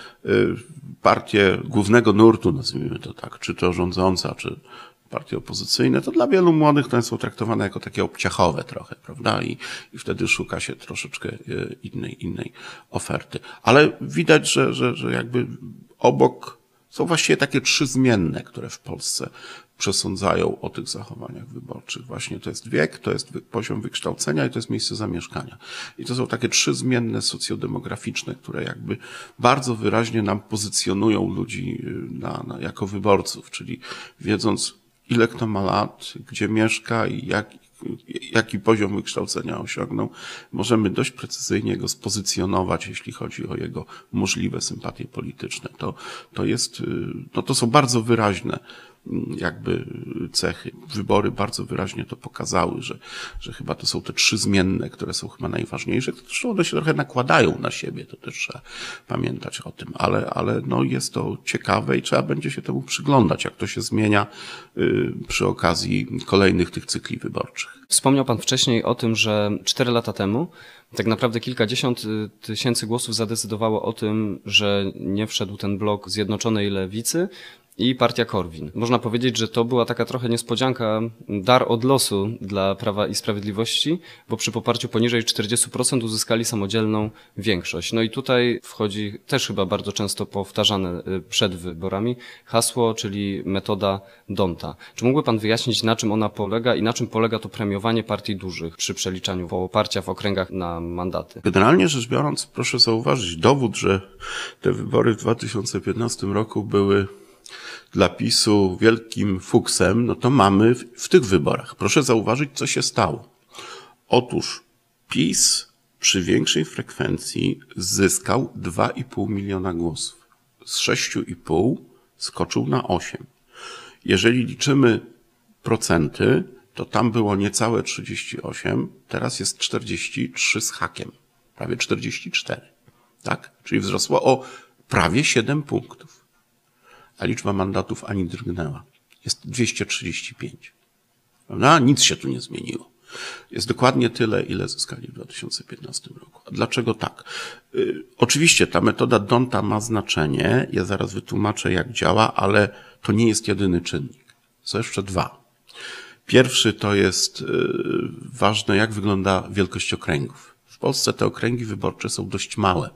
S3: partie głównego nurtu, nazwijmy to tak, czy to rządząca, czy partie opozycyjne, to dla wielu młodych to są traktowane jako takie obciachowe trochę, prawda? I wtedy szuka się troszeczkę innej oferty. Ale widać, że jakby obok Są właściwie takie trzy zmienne, które w Polsce przesądzają o tych zachowaniach wyborczych. Właśnie to jest wiek, to jest poziom wykształcenia i to jest miejsce zamieszkania. I to są takie trzy zmienne socjodemograficzne, które jakby bardzo wyraźnie nam pozycjonują ludzi jako wyborców, czyli wiedząc, ile kto ma lat, gdzie mieszka i jaki poziom wykształcenia osiągnął, możemy dość precyzyjnie go spozycjonować, jeśli chodzi o jego możliwe sympatie polityczne. To są bardzo wyraźne jakby cechy. Wybory bardzo wyraźnie to pokazały, że chyba to są te trzy zmienne, które są chyba najważniejsze. Zresztą one się trochę nakładają na siebie, to też trzeba pamiętać o tym, ale no jest to ciekawe i trzeba będzie się temu przyglądać, jak to się zmienia przy okazji kolejnych tych cykli wyborczych.
S2: Wspomniał pan wcześniej o tym, że 4 lata temu tak naprawdę kilkadziesiąt tysięcy głosów zadecydowało o tym, że nie wszedł ten blok Zjednoczonej Lewicy i partia Korwin. Można powiedzieć, że to była taka trochę niespodzianka, dar od losu dla Prawa i Sprawiedliwości, bo przy poparciu poniżej 40% uzyskali samodzielną większość. No i tutaj wchodzi też chyba bardzo często powtarzane przed wyborami hasło, czyli metoda D'Hondta. Czy mógłby pan wyjaśnić, na czym ona polega i na czym polega to premiowanie partii dużych przy przeliczaniu poparcia w okręgach na mandaty?
S3: Generalnie rzecz biorąc, proszę zauważyć, dowód, że te wybory w 2015 roku były dla PiS-u wielkim fuksem, no to mamy w tych wyborach. Proszę zauważyć, co się stało. Otóż PiS przy większej frekwencji zyskał 2,5 miliona głosów. Z 6,5 skoczył na 8. Jeżeli liczymy procenty, to tam było niecałe 38, teraz jest 43 z hakiem. Prawie 44. Tak? Czyli wzrosło o prawie 7 punktów. A liczba mandatów ani drgnęła. Jest 235. Prawda? Nic się tu nie zmieniło. Jest dokładnie tyle, ile zyskali w 2015 roku. A dlaczego tak? Oczywiście ta metoda D'Hondta ma znaczenie. Ja zaraz wytłumaczę, jak działa, ale to nie jest jedyny czynnik. Są jeszcze dwa. Pierwszy to jest ważne, jak wygląda wielkość okręgów. W Polsce te okręgi wyborcze są dość małe.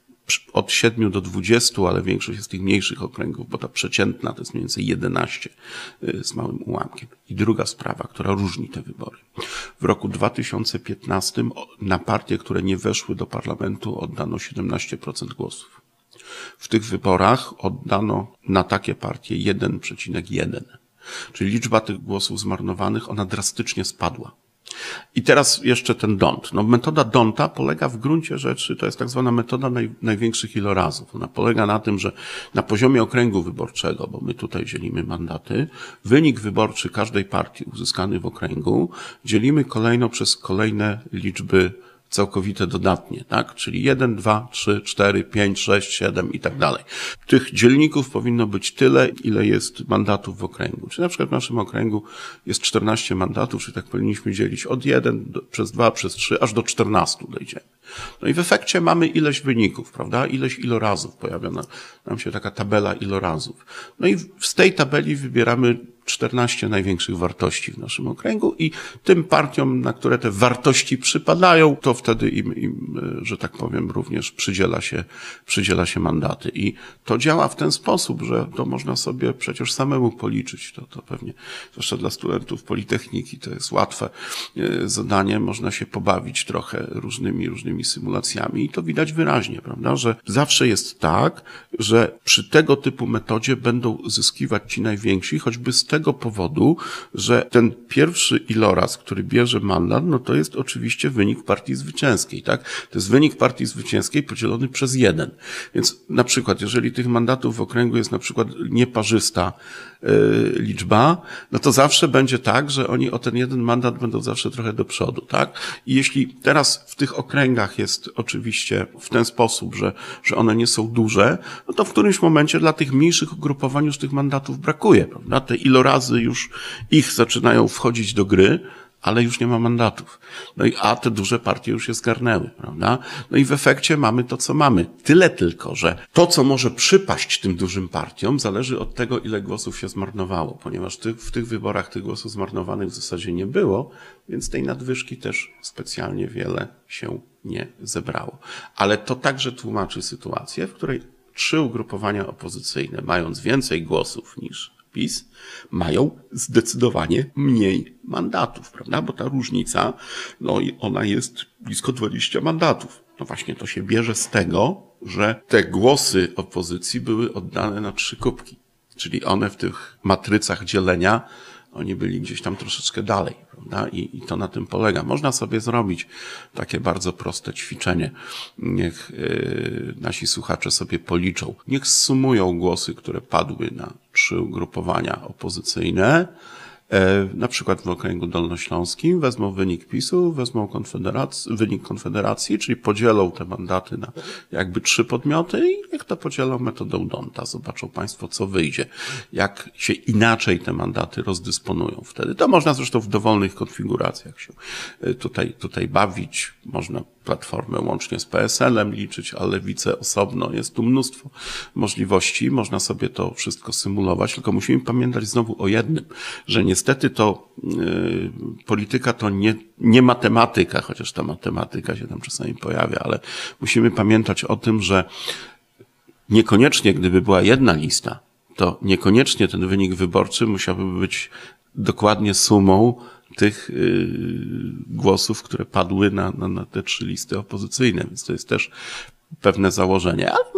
S3: Od 7 do 20, ale większość jest tych mniejszych okręgów, bo ta przeciętna to jest mniej więcej 11 z małym ułamkiem. I druga sprawa, która różni te wybory. W roku 2015 na partie, które nie weszły do parlamentu, oddano 17% głosów. W tych wyborach oddano na takie partie 1,1. Czyli liczba tych głosów zmarnowanych, ona drastycznie spadła. I teraz jeszcze ten D'Hondt. No, metoda D'Hondta polega w gruncie rzeczy, to jest tak zwana metoda największych ilorazów. Ona polega na tym, że na poziomie okręgu wyborczego, bo my tutaj dzielimy mandaty, wynik wyborczy każdej partii uzyskany w okręgu dzielimy kolejno przez kolejne liczby całkowite dodatnie, tak? Czyli 1, 2, 3, 4, 5, 6, 7 i tak dalej. Tych dzielników powinno być tyle, ile jest mandatów w okręgu. Czyli na przykład w naszym okręgu jest 14 mandatów, czyli tak powinniśmy dzielić od 1 przez 2, przez 3, aż do 14 dojdziemy. No i w efekcie mamy ileś wyników, prawda? Ileś ilorazów. Pojawia nam się taka tabela ilorazów. No i z tej tabeli wybieramy 14 największych wartości w naszym okręgu i tym partiom, na które te wartości przypadają, to wtedy im że tak powiem, również przydziela się mandaty. I to działa w ten sposób, że to można sobie przecież samemu policzyć. To pewnie, zwłaszcza dla studentów Politechniki, to jest łatwe zadanie. Można się pobawić trochę różnymi symulacjami i to widać wyraźnie, prawda, że zawsze jest tak, że przy tego typu metodzie będą zyskiwać ci najwięksi, choćby z tego powodu, że ten pierwszy iloraz, który bierze mandat, no to jest oczywiście wynik partii zwycięskiej, tak? To jest wynik partii zwycięskiej podzielony przez 1. Więc na przykład, jeżeli tych mandatów w okręgu jest na przykład nieparzysta liczba, no to zawsze będzie tak, że oni o ten jeden mandat będą zawsze trochę do przodu, tak? I jeśli teraz w tych okręgach jest oczywiście w ten sposób, że one nie są duże, no to w którymś momencie dla tych mniejszych ugrupowań już tych mandatów brakuje, prawda? Te ilorazy już ich zaczynają wchodzić do gry, ale już nie ma mandatów. No i te duże partie już je zgarnęły, prawda? No i w efekcie mamy to, co mamy. Tyle tylko, że to, co może przypaść tym dużym partiom, zależy od tego, ile głosów się zmarnowało, ponieważ w tych wyborach tych głosów zmarnowanych w zasadzie nie było, więc tej nadwyżki też specjalnie wiele się nie zebrało. Ale to także tłumaczy sytuację, w której 3 ugrupowania opozycyjne, mając więcej głosów niż PiS, mają zdecydowanie mniej mandatów, prawda? Bo ta różnica, no i ona jest blisko 20 mandatów. No właśnie to się bierze z tego, że te głosy opozycji były oddane na 3 kubki. Czyli one w tych matrycach dzielenia, oni byli gdzieś tam troszeczkę dalej, prawda? I to na tym polega. Można sobie zrobić takie bardzo proste ćwiczenie. Niech nasi słuchacze sobie policzą. Niech zsumują głosy, które padły na 3 ugrupowania opozycyjne, na przykład w okręgu dolnośląskim, wezmą wynik PiS-u, wezmą wynik Konfederacji, czyli podzielą te mandaty na jakby 3 podmioty i niech to podzielą metodą D'Hondta. Zobaczą Państwo, co wyjdzie. Jak się inaczej te mandaty rozdysponują wtedy. To można zresztą w dowolnych konfiguracjach się tutaj bawić. Można Platformę łącznie z PSL-em liczyć, a Lewicę osobno. Jest tu mnóstwo możliwości. Można sobie to wszystko symulować, tylko musimy pamiętać znowu o jednym, że niestety to polityka to nie matematyka, chociaż ta matematyka się tam czasami pojawia, ale musimy pamiętać o tym, że niekoniecznie gdyby była jedna lista, to niekoniecznie ten wynik wyborczy musiałby być dokładnie sumą tych głosów, które padły na te 3 listy opozycyjne, więc to jest też pewne założenie, ale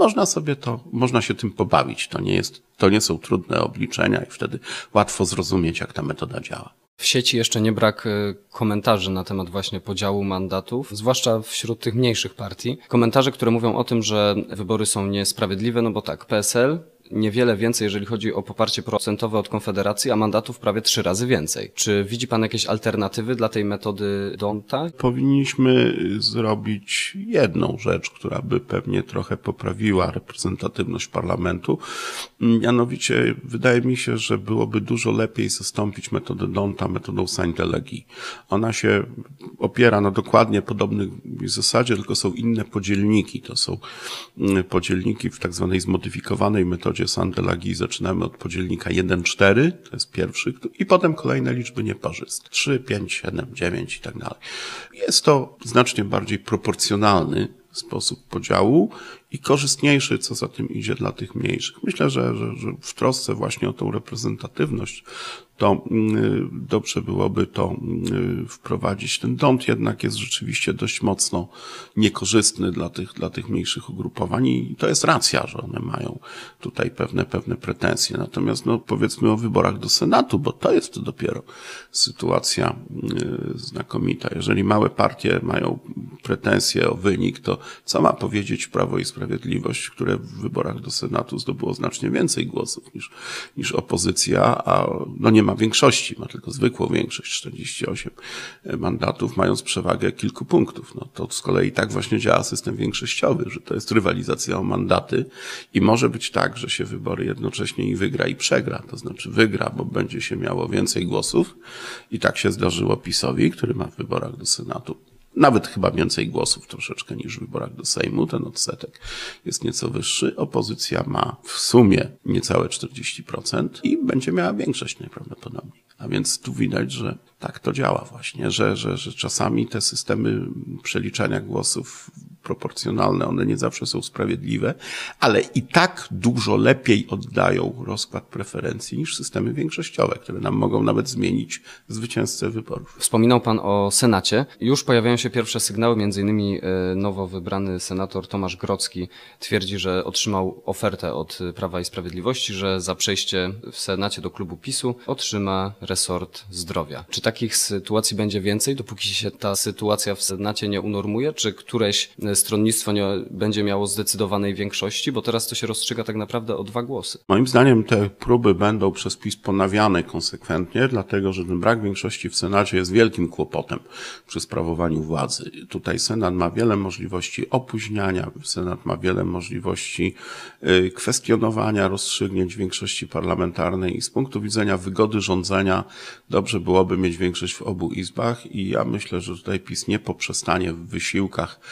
S3: można się tym pobawić. To nie są trudne obliczenia i wtedy łatwo zrozumieć, jak ta metoda działa.
S2: W sieci jeszcze nie brak komentarzy na temat właśnie podziału mandatów, zwłaszcza wśród tych mniejszych partii. Komentarze, które mówią o tym, że wybory są niesprawiedliwe, no bo tak, PSL niewiele więcej, jeżeli chodzi o poparcie procentowe od Konfederacji, a mandatów prawie 3 razy więcej. Czy widzi Pan jakieś alternatywy dla tej metody D'Hondta?
S3: Powinniśmy zrobić jedną rzecz, która by pewnie trochę poprawiła reprezentatywność parlamentu. Mianowicie wydaje mi się, że byłoby dużo lepiej zastąpić metodę D'Hondta metodą Sainte-Laguë. Ona się opiera na dokładnie podobnej zasadzie, tylko są inne podzielniki. To są podzielniki w tak zwanej zmodyfikowanej metodzie Sainte-Laguë. Zaczynamy od podzielnika 1,4, to jest pierwszy, i potem kolejne liczby nieparzystne. 3, 5, 7, 9 i tak dalej. Jest to znacznie bardziej proporcjonalny sposób podziału i korzystniejszy, co za tym idzie, dla tych mniejszych. Myślę, że w trosce właśnie o tą reprezentatywność to dobrze byłoby to wprowadzić. Ten D'Hondt jednak jest rzeczywiście dość mocno niekorzystny dla tych mniejszych ugrupowań i to jest racja, że one mają tutaj pewne pretensje. Natomiast powiedzmy o wyborach do Senatu, bo to jest to dopiero sytuacja znakomita. Jeżeli małe partie mają pretensje o wynik, to co ma powiedzieć Prawo i Sprawiedliwość, które w wyborach do Senatu zdobyło znacznie więcej głosów niż opozycja, a nie ma większości, ma tylko zwykłą większość, 48 mandatów, mając przewagę kilku punktów. To z kolei tak właśnie działa system większościowy, że to jest rywalizacja o mandaty i może być tak, że się wybory jednocześnie i wygra, i przegra. To znaczy wygra, bo będzie się miało więcej głosów i tak się zdarzyło PiS-owi, który ma w wyborach do Senatu nawet chyba więcej głosów troszeczkę niż w wyborach do Sejmu, ten odsetek jest nieco wyższy. Opozycja ma w sumie niecałe 40% i będzie miała większość najprawdopodobniej. A więc tu widać, że tak to działa właśnie, że czasami te systemy przeliczania głosów proporcjonalne, one nie zawsze są sprawiedliwe, ale i tak dużo lepiej oddają rozkład preferencji niż systemy większościowe, które nam mogą nawet zmienić zwycięzcę wyborów.
S2: Wspominał Pan o Senacie. Już pojawiają się pierwsze sygnały, między innymi nowo wybrany senator Tomasz Grodzki twierdzi, że otrzymał ofertę od Prawa i Sprawiedliwości, że za przejście w Senacie do klubu PiS-u otrzyma resort zdrowia. Czy takich sytuacji będzie więcej, dopóki się ta sytuacja w Senacie nie unormuje? Czy któreś stronnictwo nie będzie miało zdecydowanej większości? Bo teraz to się rozstrzyga tak naprawdę o 2 głosy.
S3: Moim zdaniem te próby będą przez PiS ponawiane konsekwentnie, dlatego że ten brak większości w Senacie jest wielkim kłopotem przy sprawowaniu władzy. Tutaj Senat ma wiele możliwości opóźniania, Senat ma wiele możliwości kwestionowania rozstrzygnięć większości parlamentarnej i z punktu widzenia wygody rządzenia dobrze byłoby mieć większość w obu izbach i ja myślę, że tutaj PiS nie poprzestanie w wysiłkach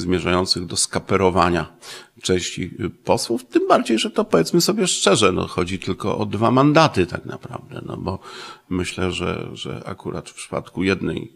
S3: zmierzających do skaperowania części posłów, tym bardziej, że to powiedzmy sobie szczerze, chodzi tylko o 2 mandaty tak naprawdę, bo myślę, że akurat w przypadku jednej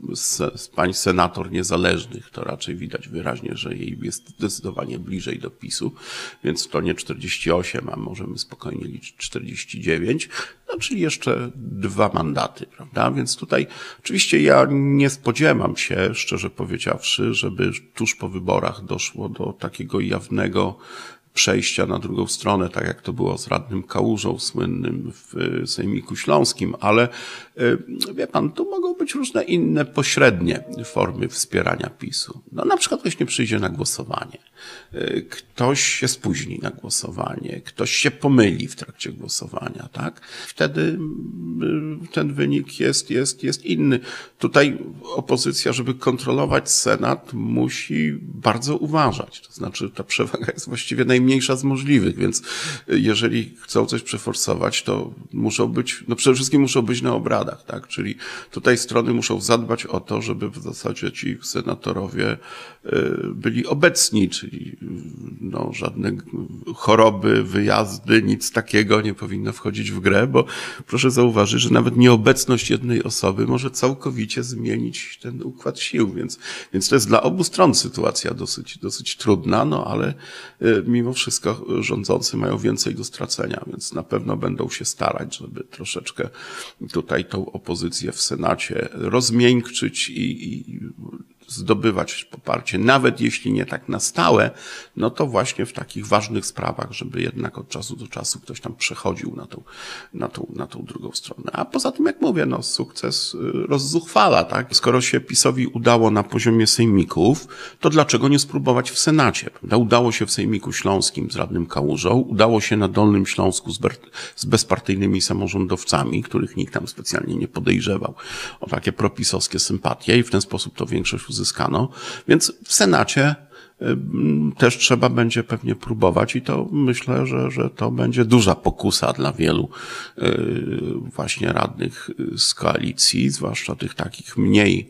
S3: z pań senator niezależnych, to raczej widać wyraźnie, że jej jest zdecydowanie bliżej do PiS-u, więc to nie 48, a możemy spokojnie liczyć 49, czyli jeszcze 2 mandaty, prawda? Więc tutaj oczywiście ja nie spodziewam się, szczerze powiedziawszy, żeby tuż po wyborach doszło do takiego jawnego przejścia na drugą stronę, tak jak to było z radnym Kałużą słynnym w Sejmiku Śląskim, ale wie pan, tu mogą być różne inne pośrednie formy wspierania PiS-u. Na przykład ktoś nie przyjdzie na głosowanie, ktoś się spóźni na głosowanie, ktoś się pomyli w trakcie głosowania, tak? Wtedy ten wynik jest inny. Tutaj opozycja, żeby kontrolować Senat, musi bardzo uważać. To znaczy ta przewaga jest właściwie najmniejsza z możliwych, więc jeżeli chcą coś przeforsować, to muszą być, przede wszystkim muszą być na obradach, tak? Czyli tutaj strony muszą zadbać o to, żeby w zasadzie ci senatorowie byli obecni, czyli żadne choroby, wyjazdy, nic takiego nie powinno wchodzić w grę, bo proszę zauważyć, że nawet nieobecność jednej osoby może całkowicie zmienić ten układ sił, więc to jest dla obu stron sytuacja dosyć trudna, ale mimo wszystko rządzący mają więcej do stracenia, więc na pewno będą się starać, żeby troszeczkę tutaj tą opozycję w Senacie rozmiękczyć i zdobywać poparcie, nawet jeśli nie tak na stałe, to właśnie w takich ważnych sprawach, żeby jednak od czasu do czasu ktoś tam przechodził na tą drugą stronę. A poza tym, jak mówię, sukces rozzuchwala, tak? Skoro się PiS-owi udało na poziomie sejmików, to dlaczego nie spróbować w Senacie? Prawda? Udało się w Sejmiku Śląskim z radnym Kałużą, udało się na Dolnym Śląsku z bezpartyjnymi samorządowcami, których nikt tam specjalnie nie podejrzewał o takie propisowskie sympatie i w ten sposób to większość uzyskano. Więc w Senacie też trzeba będzie pewnie próbować i to myślę, że to będzie duża pokusa dla wielu właśnie radnych z koalicji, zwłaszcza tych takich mniej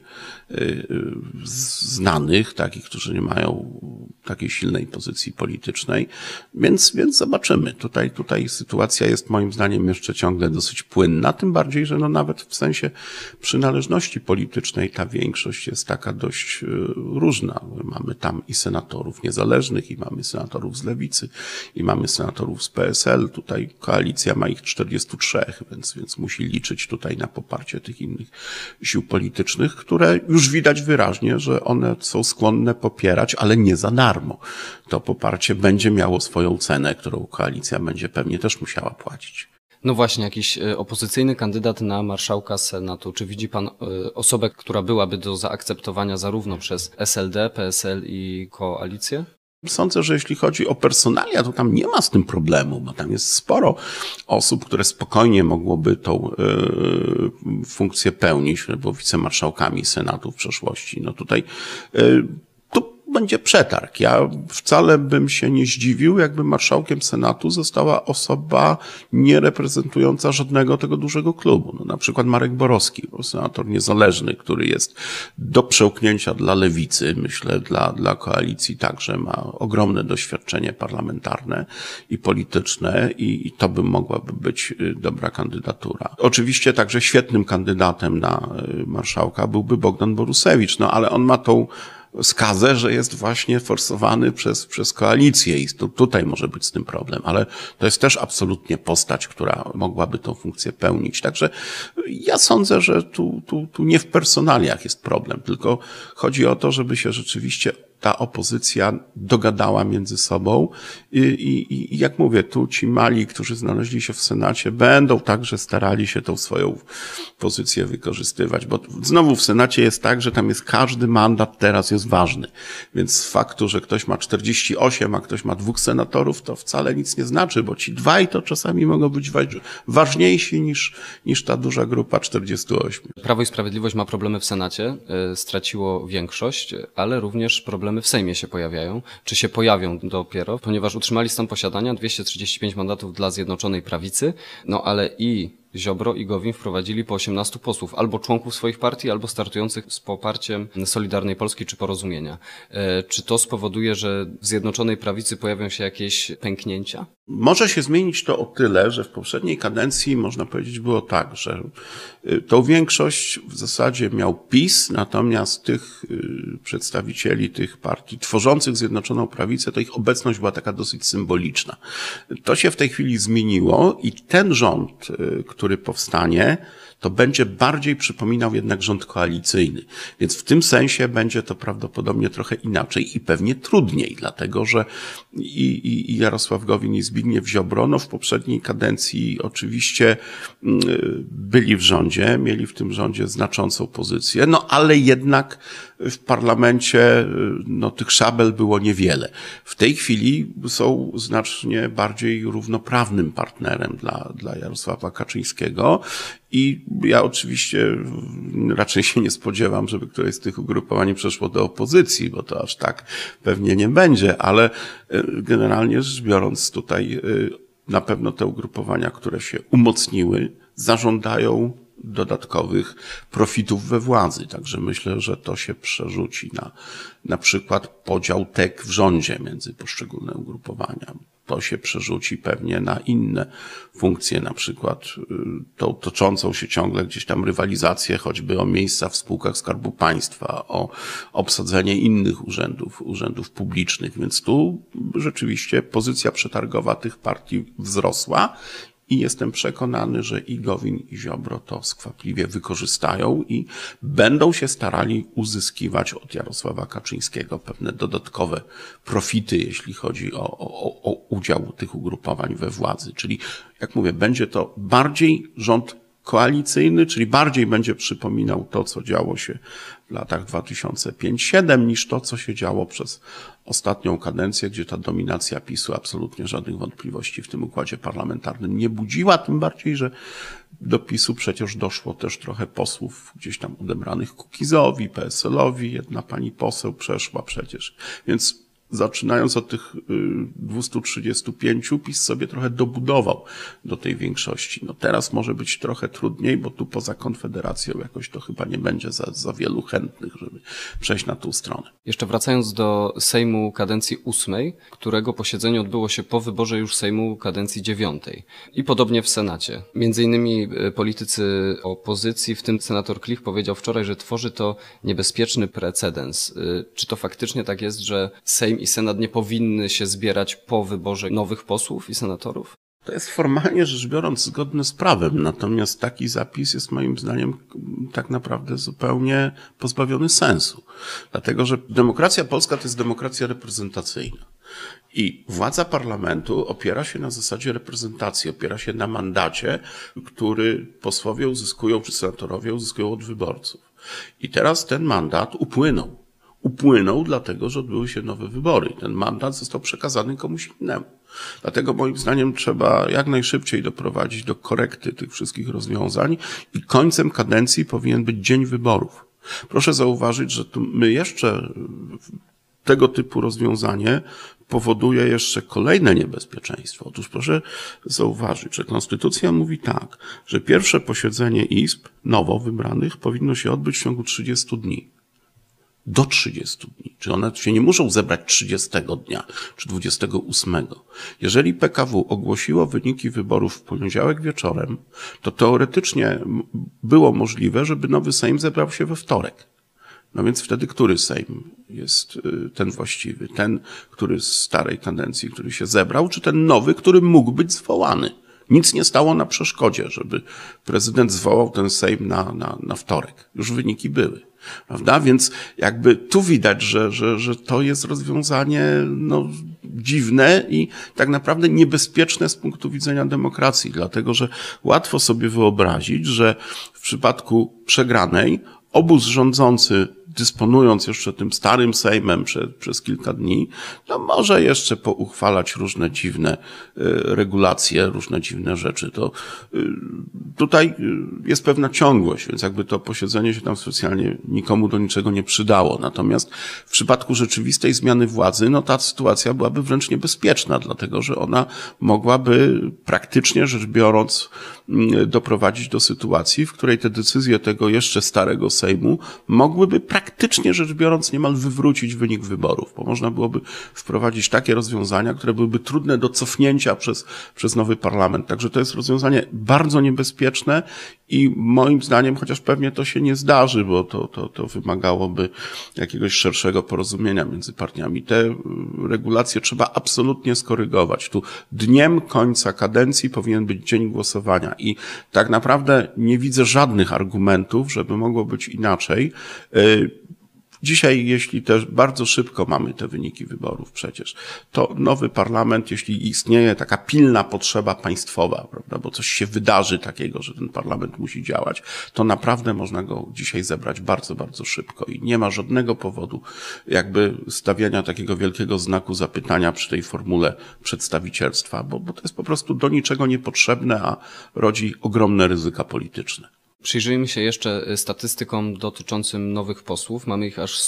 S3: znanych, takich, którzy nie mają takiej silnej pozycji politycznej, więc zobaczymy. Tutaj sytuacja jest moim zdaniem jeszcze ciągle dosyć płynna, tym bardziej, że nawet w sensie przynależności politycznej ta większość jest taka dość różna. Mamy tam i senatorów niezależnych, i mamy senatorów z Lewicy, i mamy senatorów z PSL. Tutaj koalicja ma ich 43, więc musi liczyć tutaj na poparcie tych innych sił politycznych, które już widać wyraźnie, że one są skłonne popierać, ale nie za darmo. To poparcie będzie miało swoją cenę, którą koalicja będzie pewnie też musiała płacić.
S2: No właśnie, jakiś opozycyjny kandydat na marszałka Senatu. Czy widzi pan osobę, która byłaby do zaakceptowania zarówno przez SLD, PSL i koalicję?
S3: Sądzę, że jeśli chodzi o personalia, to tam nie ma z tym problemu, bo tam jest sporo osób, które spokojnie mogłoby tą funkcję pełnić, bo wicemarszałkami Senatu w przeszłości. Tutaj będzie przetarg. Ja wcale bym się nie zdziwił, jakby marszałkiem Senatu została osoba nie reprezentująca żadnego tego dużego klubu. Na przykład Marek Borowski, senator niezależny, który jest do przełknięcia dla lewicy, myślę, dla koalicji także ma ogromne doświadczenie parlamentarne i polityczne i to by mogłaby być dobra kandydatura. Oczywiście także świetnym kandydatem na marszałka byłby Bogdan Borusewicz, ale on ma tą skazę, że jest właśnie forsowany przez koalicję i tutaj może być z tym problem, ale to jest też absolutnie postać, która mogłaby tą funkcję pełnić. Także ja sądzę, że tu nie w personaliach jest problem, tylko chodzi o to, żeby się rzeczywiście ta opozycja dogadała między sobą i jak mówię, tu ci mali, którzy znaleźli się w Senacie, będą także starali się tą swoją pozycję wykorzystywać, bo znowu w Senacie jest tak, że tam jest każdy mandat teraz jest ważny, więc z faktu, że ktoś ma 48, a ktoś ma 2 senatorów, to wcale nic nie znaczy, bo ci dwaj to czasami mogą być ważniejsi niż ta duża grupa 48.
S2: Prawo i Sprawiedliwość ma problemy w Senacie, straciło większość, ale również problemy w Sejmie się pojawiają, czy się pojawią dopiero, ponieważ utrzymali stan posiadania 235 mandatów dla Zjednoczonej Prawicy, ale i Ziobro i Gowin wprowadzili po 18 posłów, albo członków swoich partii, albo startujących z poparciem Solidarnej Polski czy Porozumienia. Czy to spowoduje, że w Zjednoczonej Prawicy pojawią się jakieś pęknięcia?
S3: Może się zmienić to o tyle, że w poprzedniej kadencji, można powiedzieć, było tak, że tą większość w zasadzie miał PiS, natomiast tych przedstawicieli tych partii tworzących Zjednoczoną Prawicę, to ich obecność była taka dosyć symboliczna. To się w tej chwili zmieniło i ten rząd, który powstanie, to będzie bardziej przypominał jednak rząd koalicyjny. Więc w tym sensie będzie to prawdopodobnie trochę inaczej i pewnie trudniej, dlatego że i Jarosław Gowin i Zbigniew Ziobro, no w poprzedniej kadencji oczywiście byli w rządzie, mieli w tym rządzie znaczącą pozycję, no ale jednak w parlamencie no tych szabel było niewiele. W tej chwili są znacznie bardziej równoprawnym partnerem dla Jarosława Kaczyńskiego i ja oczywiście raczej się nie spodziewam, żeby któreś z tych ugrupowań przeszło do opozycji, bo to aż tak pewnie nie będzie, ale generalnie rzecz biorąc tutaj na pewno te ugrupowania, które się umocniły, zażądają dodatkowych profitów we władzy. Także myślę, że to się przerzuci na przykład podział tek w rządzie między poszczególne ugrupowania. To się przerzuci pewnie na inne funkcje, na przykład tą toczącą się ciągle gdzieś tam rywalizację, choćby o miejsca w spółkach Skarbu Państwa, o obsadzenie innych urzędów publicznych. Więc tu rzeczywiście pozycja przetargowa tych partii wzrosła. I jestem przekonany, że i Gowin, i Ziobro to skwapliwie wykorzystają i będą się starali uzyskiwać od Jarosława Kaczyńskiego pewne dodatkowe profity, jeśli chodzi o udział tych ugrupowań we władzy. Czyli, jak mówię, będzie to bardziej rząd koalicyjny, czyli bardziej będzie przypominał to, co działo się w latach 2005-2007, niż to, co się działo przez ostatnią kadencję, gdzie ta dominacja PiS-u absolutnie żadnych wątpliwości w tym układzie parlamentarnym nie budziła, tym bardziej, że do PiS-u przecież doszło też trochę posłów gdzieś tam odebranych Kukizowi, PSL-owi, jedna pani poseł przeszła przecież, więc zaczynając od tych 235, PiS sobie trochę dobudował do tej większości. No teraz może być trochę trudniej, bo tu poza Konfederacją jakoś to chyba nie będzie za wielu chętnych, żeby przejść na tą stronę.
S2: Jeszcze wracając do Sejmu kadencji 8, którego posiedzenie odbyło się po wyborze już Sejmu kadencji 9. I podobnie w Senacie. Między innymi politycy opozycji, w tym senator Klich, powiedział wczoraj, że tworzy to niebezpieczny precedens. Czy to faktycznie tak jest, że Sejm i Senat nie powinny się zbierać po wyborze nowych posłów i senatorów?
S3: To jest formalnie rzecz biorąc zgodne z prawem, natomiast taki zapis jest moim zdaniem tak naprawdę zupełnie pozbawiony sensu. Dlatego, że demokracja polska to jest demokracja reprezentacyjna. I władza parlamentu opiera się na zasadzie reprezentacji, opiera się na mandacie, który posłowie uzyskują, czy senatorowie uzyskują od wyborców. I teraz ten mandat upłynął. Upłynął dlatego, że odbyły się nowe wybory. Ten mandat został przekazany komuś innemu. Dlatego moim zdaniem trzeba jak najszybciej doprowadzić do korekty tych wszystkich rozwiązań i końcem kadencji powinien być dzień wyborów. Proszę zauważyć, że tu my jeszcze tego typu rozwiązanie powoduje jeszcze kolejne niebezpieczeństwo. Otóż proszę zauważyć, że Konstytucja mówi tak, że pierwsze posiedzenie izb nowo wybranych powinno się odbyć w ciągu 30 dni. Do 30 dni. Czy one się nie muszą zebrać 30 dnia, czy 28. Jeżeli PKW ogłosiło wyniki wyborów w poniedziałek wieczorem, to teoretycznie było możliwe, żeby nowy Sejm zebrał się we wtorek. No więc wtedy który Sejm jest ten właściwy? Ten, który z starej kadencji, który się zebrał, czy ten nowy, który mógł być zwołany? Nic nie stało na przeszkodzie, żeby prezydent zwołał ten Sejm na wtorek. Już wyniki były. Prawda? Więc jakby tu widać, że to jest rozwiązanie no, dziwne i tak naprawdę niebezpieczne z punktu widzenia demokracji, dlatego że łatwo sobie wyobrazić, że w przypadku przegranej obóz rządzący dysponując jeszcze tym starym Sejmem przez kilka dni, to może jeszcze pouchwalać różne dziwne regulacje, różne dziwne rzeczy. To tutaj jest pewna ciągłość, więc jakby to posiedzenie się tam specjalnie nikomu do niczego nie przydało. Natomiast w przypadku rzeczywistej zmiany władzy, no ta sytuacja byłaby wręcz niebezpieczna, dlatego że ona mogłaby praktycznie rzecz biorąc doprowadzić do sytuacji, w której te decyzje tego jeszcze starego Sejmu mogłyby praktycznie rzecz biorąc niemal wywrócić wynik wyborów, bo można byłoby wprowadzić takie rozwiązania, które byłyby trudne do cofnięcia przez nowy parlament. Także to jest rozwiązanie bardzo niebezpieczne i moim zdaniem, chociaż pewnie to się nie zdarzy, bo to wymagałoby jakiegoś szerszego porozumienia między partiami. Te regulacje trzeba absolutnie skorygować. Tu dniem końca kadencji powinien być dzień głosowania i tak naprawdę nie widzę żadnych argumentów, żeby mogło być inaczej. Dzisiaj, jeśli też bardzo szybko mamy te wyniki wyborów przecież, to nowy parlament, jeśli istnieje taka pilna potrzeba państwowa, prawda, bo coś się wydarzy takiego, że ten parlament musi działać, to naprawdę można go dzisiaj zebrać bardzo, bardzo szybko i nie ma żadnego powodu jakby stawiania takiego wielkiego znaku zapytania przy tej formule przedstawicielstwa, bo to jest po prostu do niczego niepotrzebne, a rodzi ogromne ryzyka polityczne.
S2: Przyjrzyjmy się jeszcze statystykom dotyczącym nowych posłów. Mamy ich aż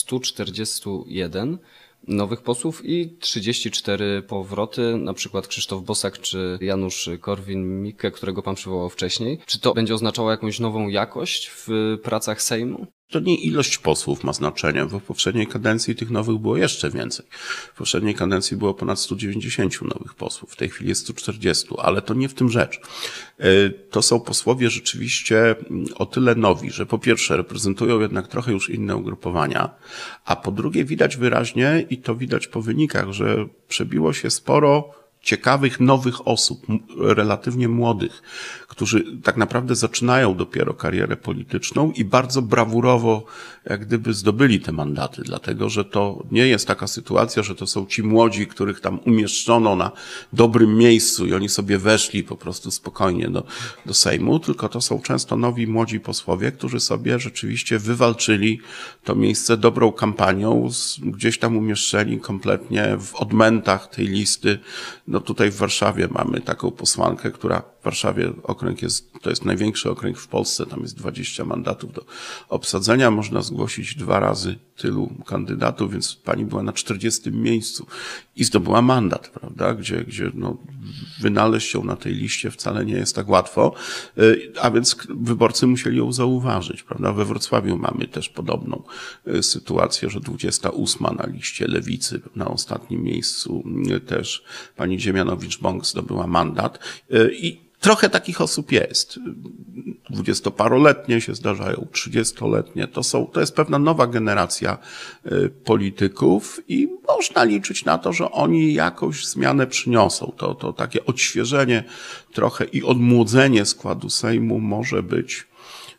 S2: 141 nowych posłów i 34 powroty, na przykład Krzysztof Bosak czy Janusz Korwin-Mikke, którego pan przywołał wcześniej. Czy to będzie oznaczało jakąś nową jakość w pracach Sejmu?
S3: To nie ilość posłów ma znaczenie, bo w poprzedniej kadencji tych nowych było jeszcze więcej. W poprzedniej kadencji było ponad 190 nowych posłów, w tej chwili jest 140, ale to nie w tym rzecz. To są posłowie rzeczywiście o tyle nowi, że po pierwsze reprezentują jednak trochę już inne ugrupowania, a po drugie widać wyraźnie i to widać po wynikach, że przebiło się sporo ciekawych, nowych osób, relatywnie młodych, którzy tak naprawdę zaczynają dopiero karierę polityczną i bardzo brawurowo jak gdyby zdobyli te mandaty, dlatego że to nie jest taka sytuacja, że to są ci młodzi, których tam umieszczono na dobrym miejscu i oni sobie weszli po prostu spokojnie do Sejmu, tylko to są często nowi młodzi posłowie, którzy sobie rzeczywiście wywalczyli to miejsce dobrą kampanią, gdzieś tam umieszczeni kompletnie w odmętach tej listy. No tutaj w Warszawie mamy taką posłankę, która w Warszawie okręg to jest największy okręg w Polsce, tam jest 20 mandatów do obsadzenia, można zgłosić 2 razy tylu kandydatów, więc pani była na 40 miejscu i zdobyła mandat, prawda, gdzie no, wynaleźć ją na tej liście wcale nie jest tak łatwo, a więc wyborcy musieli ją zauważyć, prawda. We Wrocławiu mamy też podobną sytuację, że 28 na liście Lewicy, na ostatnim miejscu też pani Dziemianowicz-Bąk zdobyła mandat i trochę takich osób jest. 20-paroletnie się zdarzają, 30-letnie. To jest pewna nowa generacja polityków i można liczyć na to, że oni jakąś zmianę przyniosą. To takie odświeżenie trochę i odmłodzenie składu Sejmu może być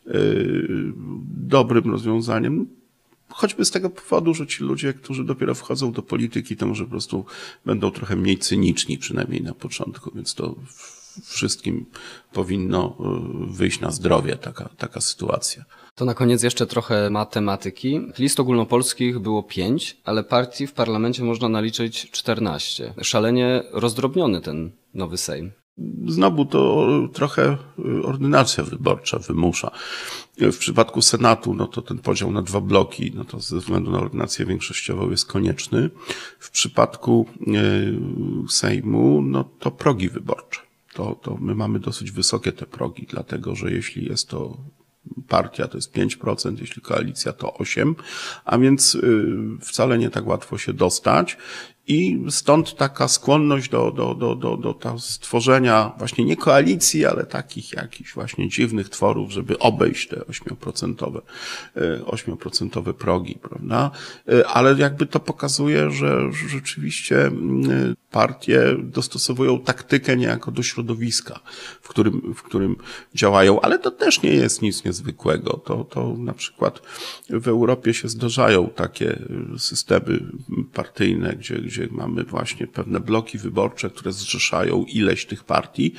S3: dobrym rozwiązaniem. Choćby z tego powodu, że ci ludzie, którzy dopiero wchodzą do polityki, to może po prostu będą trochę mniej cyniczni, przynajmniej na początku, więc to wszystkim powinno wyjść na zdrowie taka sytuacja.
S2: To na koniec jeszcze trochę matematyki. List ogólnopolskich było 5, ale partii w parlamencie można naliczyć 14. Szalenie rozdrobniony ten nowy Sejm.
S3: Znowu to trochę ordynacja wyborcza wymusza. W przypadku Senatu, no to ten podział na 2 bloki, no to ze względu na ordynację większościową jest konieczny. W przypadku Sejmu, no to progi wyborcze. To my mamy dosyć wysokie te progi, dlatego że jeśli jest to partia, to jest 5%, jeśli koalicja to 8%, a więc wcale nie tak łatwo się dostać. I stąd taka skłonność do stworzenia właśnie nie koalicji, ale takich jakichś właśnie dziwnych tworów, żeby obejść te 8% progi, prawda? Ale jakby to pokazuje, że rzeczywiście partie dostosowują taktykę niejako do środowiska, w którym działają, ale to też nie jest nic niezwykłego. To na przykład w Europie się zdarzają takie systemy partyjne, gdzie mamy właśnie pewne bloki wyborcze, które zrzeszają ileś tych partii.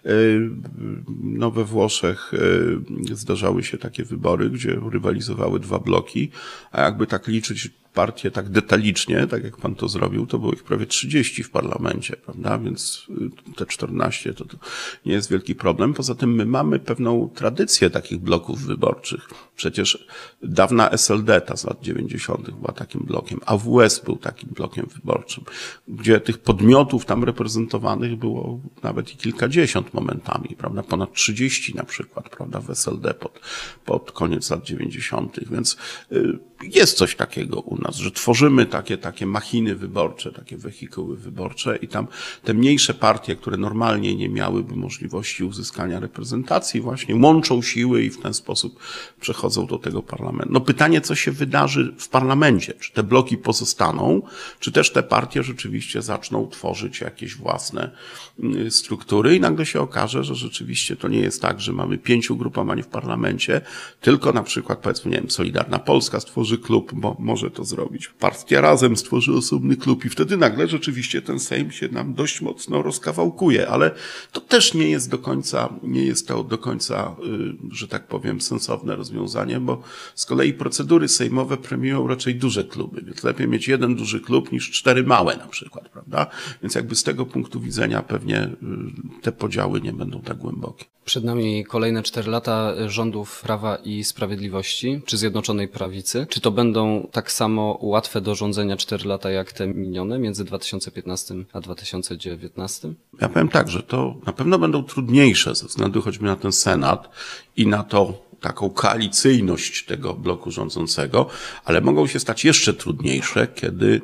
S3: No we Włoszech zdarzały się takie wybory, gdzie rywalizowały dwa bloki, a jakby tak liczyć partie tak detalicznie, tak jak pan to zrobił, to było ich prawie 30 w parlamencie, prawda? Więc te 14 to nie jest wielki problem. Poza tym my mamy pewną tradycję takich bloków wyborczych. Przecież dawna SLD, ta z lat 90. była takim blokiem. AWS był takim blokiem wyborczym, gdzie tych podmiotów tam reprezentowanych było nawet i kilkadziesiąt momentami, prawda? Ponad 30 na przykład, prawda? W SLD pod koniec lat 90. Więc jest coś takiego u nas, że tworzymy takie machiny wyborcze, takie wehikuły wyborcze i tam te mniejsze partie, które normalnie nie miałyby możliwości uzyskania reprezentacji, właśnie łączą siły i w ten sposób przechodzą do tego parlamentu. No pytanie, co się wydarzy w parlamencie? Czy te bloki pozostaną, czy też te partie rzeczywiście zaczną tworzyć jakieś własne struktury i nagle się okaże, że rzeczywiście to nie jest tak, że mamy 5 ugrupowań w parlamencie, tylko na przykład, powiedzmy, nie wiem, Solidarna Polska stworzy klub, bo może to zrobić. Partia Razem stworzy osobny klub i wtedy nagle rzeczywiście ten Sejm się nam dość mocno rozkawałkuje, ale to też nie jest to do końca, że tak powiem, sensowne rozwiązanie, bo z kolei procedury sejmowe premiują raczej duże kluby, więc lepiej mieć jeden duży klub niż 4 małe na przykład, prawda? Więc jakby z tego punktu widzenia pewnie te podziały nie będą tak głębokie.
S2: Przed nami kolejne 4 lata rządów Prawa i Sprawiedliwości, czy Zjednoczonej Prawicy. Czy to będą tak samo łatwe do rządzenia 4 lata jak te minione między 2015 a 2019?
S3: Ja powiem tak, że to na pewno będą trudniejsze ze względu choćby na ten Senat i na taką koalicyjność tego bloku rządzącego, ale mogą się stać jeszcze trudniejsze, kiedy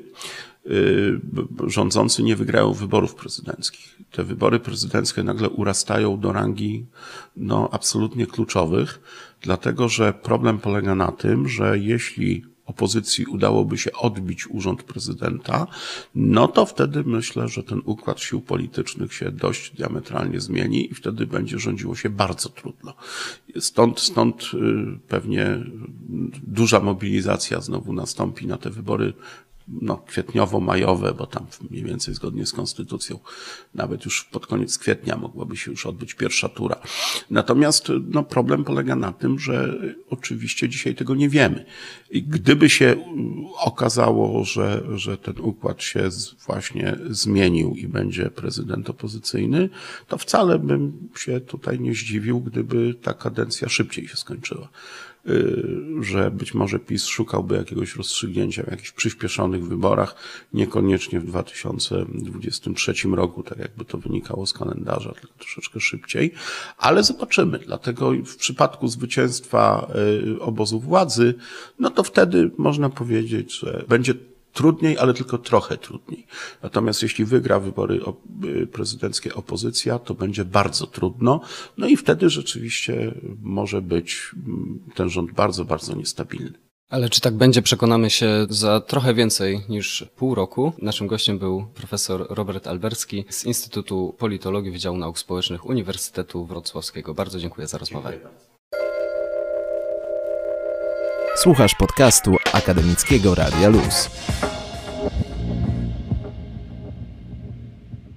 S3: rządzący nie wygrają wyborów prezydenckich. Te wybory prezydenckie nagle urastają do rangi absolutnie kluczowych, dlatego że problem polega na tym, że jeśli opozycji udałoby się odbić urząd prezydenta, no to wtedy myślę, że ten układ sił politycznych się dość diametralnie zmieni i wtedy będzie rządziło się bardzo trudno. Stąd pewnie duża mobilizacja znowu nastąpi na te wybory kwietniowo-majowe, bo tam mniej więcej zgodnie z konstytucją nawet już pod koniec kwietnia mogłaby się już odbyć pierwsza tura. Natomiast problem polega na tym, że oczywiście dzisiaj tego nie wiemy. I gdyby się okazało, że ten układ się właśnie zmienił i będzie prezydent opozycyjny, to wcale bym się tutaj nie zdziwił, gdyby ta kadencja szybciej się skończyła. Że być może PiS szukałby jakiegoś rozstrzygnięcia w jakichś przyspieszonych wyborach, niekoniecznie w 2023 roku, tak jakby to wynikało z kalendarza, tylko troszeczkę szybciej, ale zobaczymy. Dlatego w przypadku zwycięstwa obozu władzy, to wtedy można powiedzieć, że będzie trudniej, ale tylko trochę trudniej. Natomiast jeśli wygra wybory prezydenckie opozycja, to będzie bardzo trudno. I wtedy rzeczywiście może być ten rząd bardzo, bardzo niestabilny.
S2: Ale czy tak będzie, przekonamy się za trochę więcej niż pół roku. Naszym gościem był profesor Robert Alberski z Instytutu Politologii Wydziału Nauk Społecznych Uniwersytetu Wrocławskiego. Bardzo dziękuję za rozmowę.
S1: Słuchasz podcastu Akademickiego Radia Luz.